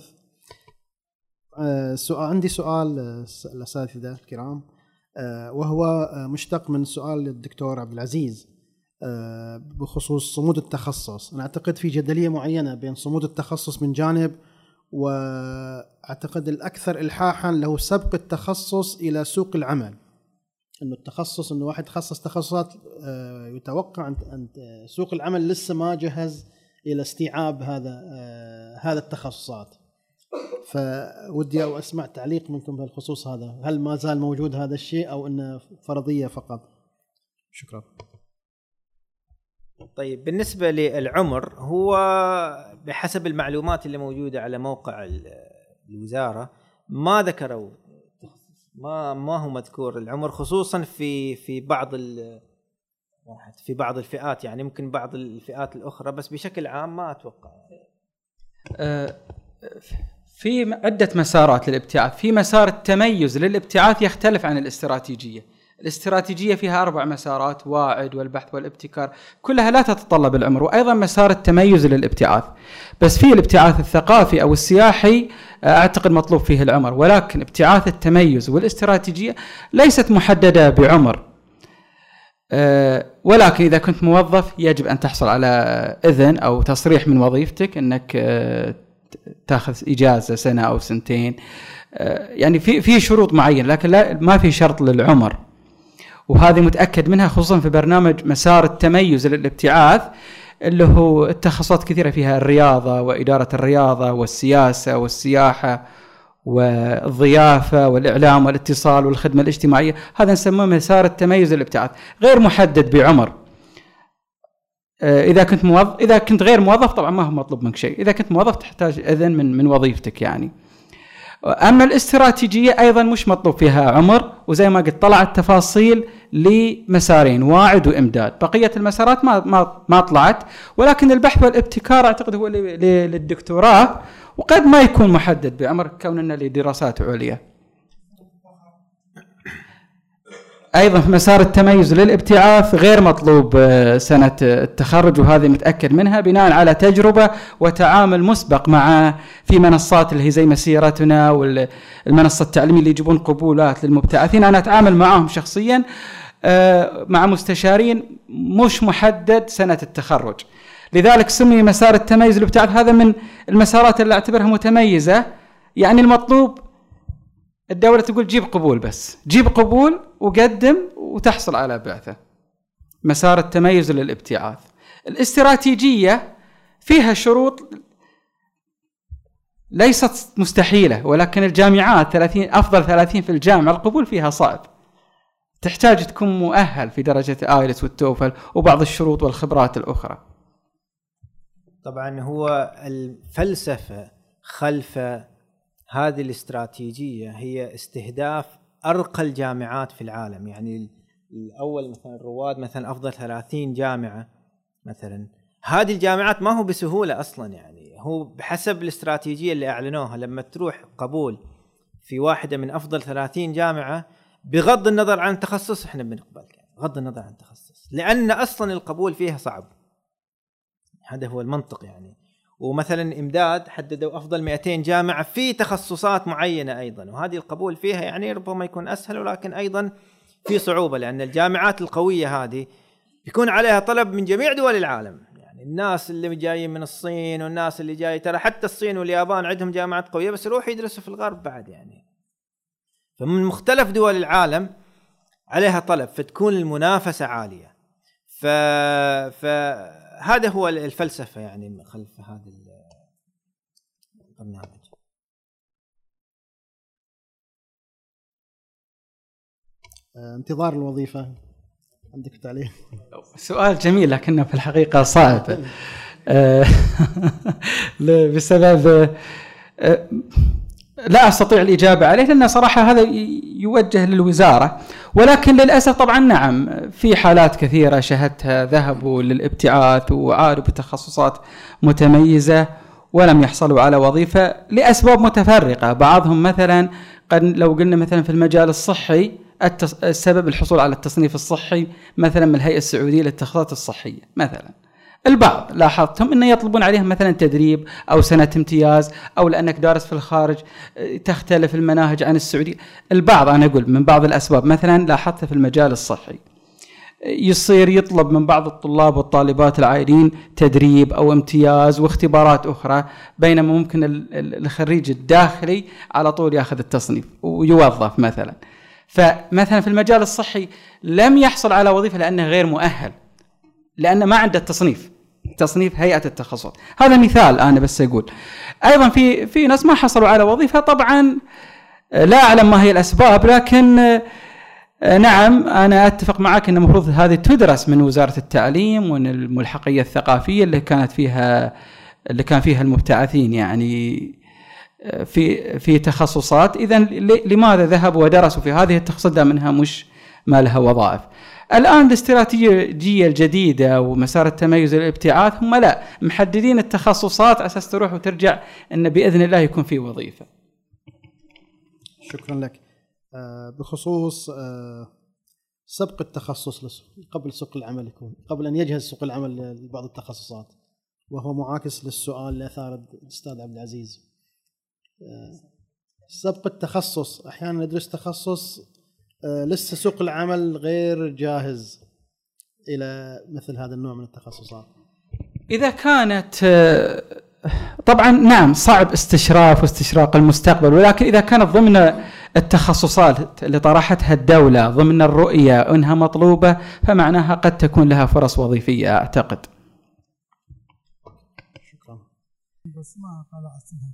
عندي سؤال الأساتذة الكرام، وهو مشتق من سؤال الدكتور عبد العزيز بخصوص صمود التخصص. أنا أعتقد في جدلية معينة بين صمود التخصص من جانب، وأعتقد الأكثر إلحاحا له سبق التخصص إلى سوق العمل، إنه التخصص إنه واحد تخصص تخصصات يتوقع أن سوق العمل لسه ما جهز إلى استيعاب هذا التخصصات. فودي أو أسمع تعليق منكم بهالخصوص هذا، هل ما زال موجود هذا الشيء أو إنه فرضية فقط؟ شكرا. طيب بالنسبة للعمر، هو بحسب المعلومات اللي موجودة على موقع الوزارة ما ذكروا، ما هو مذكور العمر، خصوصا في بعض الفئات، يعني ممكن بعض الفئات الأخرى، بس بشكل عام ما أتوقع. في عدة مسارات للابتعاث. في مسار التميز للابتعاث يختلف عن الاستراتيجية. الاستراتيجية فيها 4 مسارات: واعد والبحث والابتكار، كلها لا تتطلب العمر. وأيضا مسار التميز للابتعاث، بس في الابتعاث الثقافي أو السياحي أعتقد مطلوب فيه العمر، ولكن ابتعاث التميز والاستراتيجية ليست محددة بعمر. ولكن إذا كنت موظف يجب أن تحصل على إذن أو تصريح من وظيفتك أنك تأخذ إجازة سنة أو سنتين، يعني في شروط معينة، لكن ما في شرط للعمر، وهذه متأكد منها خصوصا في برنامج مسار التميز للابتعاث اللي هو التخصصات كثيرة فيها: الرياضة وإدارة الرياضة والسياسة والسياحة والضيافة والإعلام والاتصال والخدمة الاجتماعية. هذا نسميه مسار التميز للابتعاث، غير محدد بعمر. إذا كنت غير موظف طبعا ما هو مطلوب منك شيء، إذا كنت موظف تحتاج إذن من وظيفتك يعني. أما الاستراتيجية أيضا مش مطلوب فيها عمر، وزي ما قلت طلعت تفاصيل لمسارين، واعد وإمداد. بقية المسارات ما طلعت، ولكن البحث والابتكار أعتقد هو للدكتوراه، وقد ما يكون محدد بعمر كوننا لدراسات عليا. أيضا في مسار التميز للابتعاث غير مطلوب سنة التخرج، وهذه متأكد منها بناء على تجربة وتعامل مسبق في منصات اللي هي زي مسيرتنا والمنصة التعليمية اللي يجيبون قبولات للمبتعثين. أنا أتعامل معهم شخصيا مع مستشارين مش محدد سنة التخرج، لذلك سمي مسار التميز للابتعاث. هذا من المسارات اللي أعتبرها متميزة، يعني المطلوب الدولة تقول جيب قبول، بس جيب قبول وقدم وتحصل على بعثة. مسار التميز للابتعاث. الاستراتيجية فيها شروط ليست مستحيلة، ولكن الجامعات أفضل 30 في الجامعة القبول فيها صعب، تحتاج تكون مؤهل في درجة آيلتس والتوفل وبعض الشروط والخبرات الأخرى. طبعا هو الفلسفة خلف هذه الاستراتيجية هي استهداف أرقى الجامعات في العالم. يعني الأول مثلا رواد مثلا أفضل 30 جامعة مثلا، هذه الجامعات ما هو بسهولة أصلا، يعني هو بحسب الاستراتيجية اللي أعلنوها. لما تروح قبول في واحدة من أفضل 30 جامعة بغض النظر عن التخصص احنا بنقبلك، يعني بغض النظر عن التخصص، لأن أصلا القبول فيها صعب. هذا هو المنطق يعني. ومثلا إمداد حددوا أفضل 200 جامعة في تخصصات معينة أيضا، وهذه القبول فيها يعني ربما يكون أسهل، ولكن أيضا في صعوبة، لأن الجامعات القوية هذه يكون عليها طلب من جميع دول العالم. يعني الناس اللي جايين من الصين والناس اللي جاي، ترى حتى الصين واليابان عندهم جامعات قوية بس يروحوا يدرسوا في الغرب بعد يعني. فمن مختلف دول العالم عليها طلب، فتكون المنافسة عالية. فهذا هو الفلسفة يعني خلف هذا البرنامج. انتظار الوظيفة، عندك تعليق؟ سؤال جميل لكنه في الحقيقة صعب بسبب لا أستطيع الإجابة عليه، لأن صراحة هذا يوجه للوزارة. ولكن للأسف طبعا نعم في حالات كثيرة شهدتها ذهبوا للابتعاث وعاروا بتخصصات متميزة ولم يحصلوا على وظيفة لأسباب متفرقة. بعضهم مثلا قد لو قلنا مثلا في المجال الصحي السبب الحصول على التصنيف الصحي مثلا من الهيئة السعودية للتخصصات الصحية مثلا. البعض لاحظتهم أنه يطلبون عليهم مثلا تدريب أو سنة امتياز، أو لأنك دارس في الخارج تختلف المناهج عن السعودية. البعض أنا أقول من بعض الأسباب مثلا لاحظت في المجال الصحي يصير يطلب من بعض الطلاب والطالبات العائلين تدريب أو امتياز واختبارات أخرى، بينما ممكن الخريج الداخلي على طول يأخذ التصنيف ويوظف مثلا. فمثلا في المجال الصحي لم يحصل على وظيفة لأنه غير مؤهل، لأنه ما عنده تصنيف هيئة التخصص. هذا مثال أنا بس أقول. أيضا في ناس ما حصلوا على وظيفة، طبعا لا أعلم ما هي الأسباب، لكن نعم أنا أتفق معك أن المفروض هذه تدرس من وزارة التعليم وأن الملحقية الثقافية اللي كان فيها المبتعثين يعني في تخصصات. إذن لماذا ذهبوا ودرسوا في هذه التخصصات دام منها مش ما لها وظائف؟ الآن الاستراتيجية الجديدة ومسار التميز للابتعاث هم لا محددين التخصصات على أساس تروح وترجع أن بإذن الله يكون في وظيفة. شكرا لك. بخصوص سبق التخصص قبل سوق العمل، يكون قبل أن يجهز سوق العمل لبعض التخصصات، وهو معاكس للسؤال اللي أثاره الأستاذ عبد العزيز. سبق التخصص أحيانا ندرس تخصص لسه سوق العمل غير جاهز إلى مثل هذا النوع من التخصصات. إذا كانت طبعا نعم صعب استشراف واستشراق المستقبل، ولكن إذا كانت ضمن التخصصات اللي طرحتها الدولة ضمن الرؤية أنها مطلوبة فمعناها قد تكون لها فرص وظيفية أعتقد. شكرا. بس ما طلع اسمها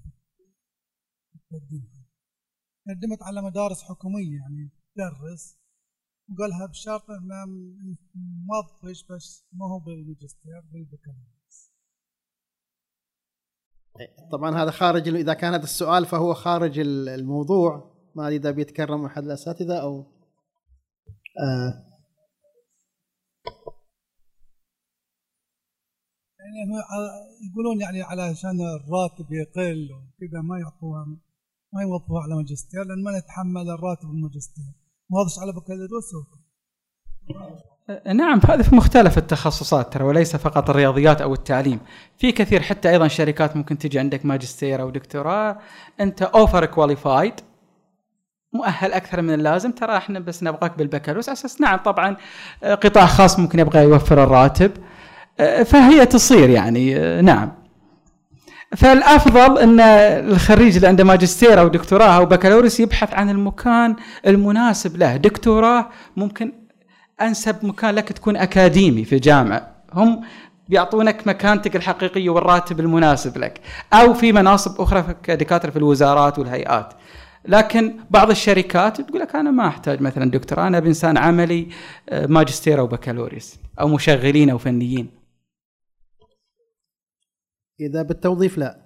قدمت على مدارس حكومية يعني تدرس، وقالها بشرط انه موظف بس ما هو بالماجستير بالبكالوريوس. طبعا هذا خارج، إذا كان هذا السؤال فهو خارج الموضوع، ما أدري إذا بيتكرم أحد الأساتذة أو يعني يقولون يعني علشان الراتب يقل وكذا ما يوظفوها على ماجستير لأن ما يتحمل الراتب الماجستير، ما هذش على بكالوريوس. نعم، هذا في مختلف التخصصات ترى، وليس فقط الرياضيات أو التعليم. في كثير حتى أيضا شركات ممكن تجي عندك ماجستير أو دكتوراه، أنت أوفر كواليفايد، مؤهل أكثر من اللازم، ترى إحنا بس نبغاك بالبكالوريوس أساس. نعم طبعا قطاع خاص ممكن يبغى يوفر الراتب، فهي تصير يعني نعم. فالأفضل أن الخريج اللي عنده ماجستير أو دكتوراه أو بكالوريوس يبحث عن المكان المناسب له. دكتوراه ممكن أنسب مكان لك تكون أكاديمي في جامعة، هم بيعطونك مكانتك الحقيقية والراتب المناسب لك، أو في مناصب أخرى كدكاترة في الوزارات والهيئات. لكن بعض الشركات تقول لك أنا ما أحتاج مثلا دكتوراه، أنا بإنسان عملي ماجستير أو بكالوريوس أو مشغلين أو فنيين. إذا بالتوظيف لا.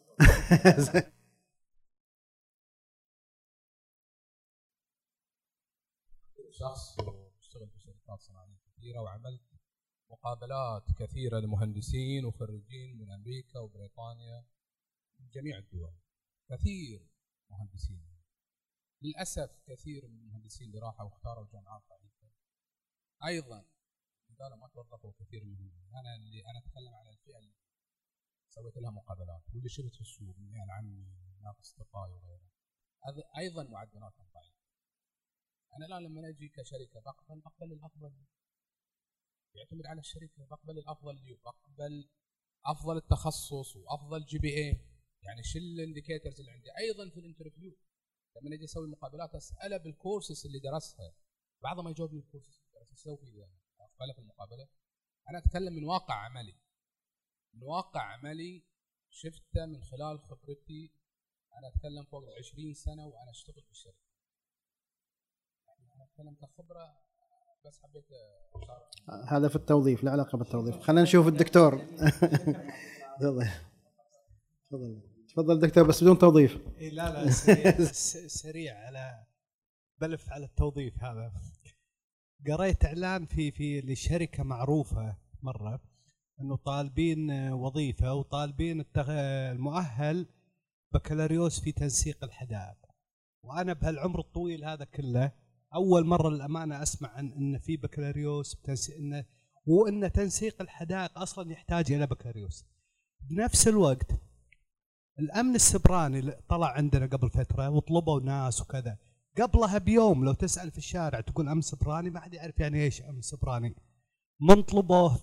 شخص اشتغل في شركات صناعية كثيرة وعملت مقابلات كثيرة لمهندسين وخريجين من أمريكا وبريطانيا من جميع الدول، كثير مهندسين. للأسف كثير من المهندسين اللي راحوا واختاروا جامعات ضعيفة أيضا قالوا ما توظفوا كثير منهم. أنا أتكلم عن الفئة اللي سويت لها مقابلات واللي شفت في السوق من يعني عمي ناس أصدقائي وغيره، هذا أيضا معدلاتهم ضعيفة. أنا الآن لما أجي كشركة بقبل الأفضل، يعتمد على الشركة، بقبل الأفضل لي، بقبل أفضل التخصص وأفضل GPA، يعني شو الانديكيتورز اللي عندي. أيضا في الانترفيو لما أجي أسوي مقابلات أسأله بالكورسز اللي درسها، بعض ما يجاوبني الكورسز اللي درسها أسوي فيه أقبله في المقابلة. أنا أتكلم من واقع عملي، من واقع عملي شفته من خلال خبرتي. أنا أتكلم فوق 20 سنة وأنا أشتغل في الشركة، يعني أنا أتكلم كخبرة، بس حبيت أشارك. هذا في التوظيف، لا علاقة بالتوظيف. خلينا نشوف الدكتور. تفضل دكتور بس بدون توظيف. لا سريع على بلف على التوظيف. هذا قريت إعلان في لشركة معروفة مرة انه طالبين وظيفه وطالبين المؤهل بكالوريوس في تنسيق الحدائق. وانا بهالعمر الطويل هذا كله اول مره للامانه اسمع عن ان في بكالوريوس بتنسيق، وان تنسيق الحدائق اصلا يحتاج الى بكالوريوس. بنفس الوقت الامن السبراني طلع عندنا قبل فتره وطلبوا ناس وكذا، قبلها بيوم لو تسال في الشارع تقول امن سبراني ما حد يعرف يعني ايش امن سبراني، من طلبوه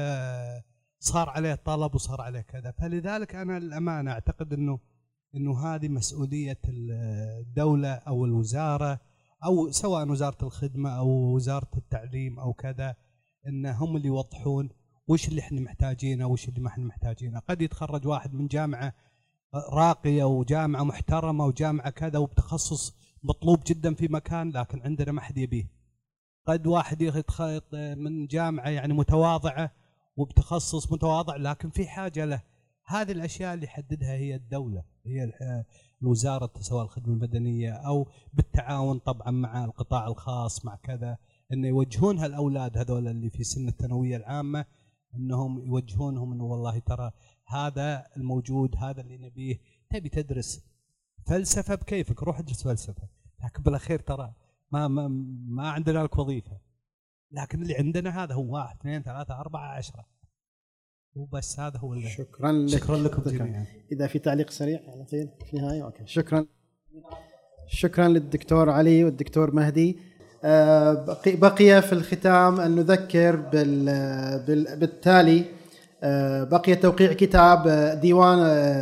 فصار عليه طلب وصار عليه كذا. فلذلك انا للامانه اعتقد انه هذه مسؤوليه الدوله او الوزاره، او سواء وزاره الخدمه او وزاره التعليم او كذا، ان هم اللي يوضحون وش اللي احنا محتاجينه وش اللي ما احنا محتاجينه. قد يتخرج واحد من جامعه راقيه وجامعه محترمه وجامعه كذا وبتخصص مطلوب جدا في مكان، لكن عندنا ما حد يبيه. قد واحد يتخيط من جامعة يعني متواضعة وبتخصص متواضع لكن في حاجة له. هذه الأشياء اللي يحددها هي الدولة، هي الوزارة سواء الخدمة المدنية أو بالتعاون طبعا مع القطاع الخاص مع كذا، أن يوجهون هالأولاد هذول اللي في سن الثانوية العامة، أنهم يوجهونهم أنه والله ترى هذا الموجود، هذا اللي نبيه. تبي تدرس فلسفة بكيفك، روح ادرس فلسفة، لكن بالأخير ترى ما عندنا لك وظيفة، لكن اللي عندنا هذا هو 1 2 3 4 10 وبس. هذا هو اللي شكرا لكم جميعا. إذا في تعليق سريع في نهاية. أوكي شكرا للدكتور علي والدكتور مهدي. بقي في الختام أن نذكر بالتالي. بقي توقيع كتاب ديوان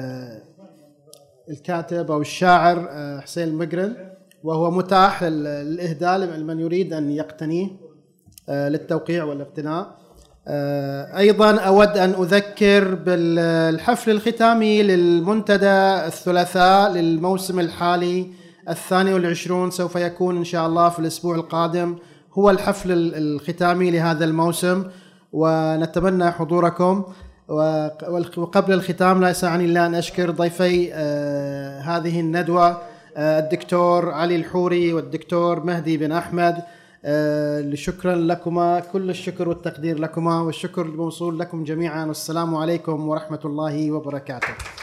الكاتب أو الشاعر حسين المقرن، وهو متاح للإهداء لمن يريد أن يقتنيه للتوقيع والاقتناء. أيضا أود أن أذكر بالحفل الختامي للمنتدى الثلاثاء للموسم الحالي 22، سوف يكون إن شاء الله في الأسبوع القادم، هو الحفل الختامي لهذا الموسم، ونتمنى حضوركم. وقبل الختام لا يسعني إلا أن أشكر ضيفي هذه الندوة الدكتور علي الحوري والدكتور مهدي بن أحمد. شكرا لكما، كل الشكر والتقدير لكما، والشكر الموصول لكم جميعا، والسلام عليكم ورحمة الله وبركاته.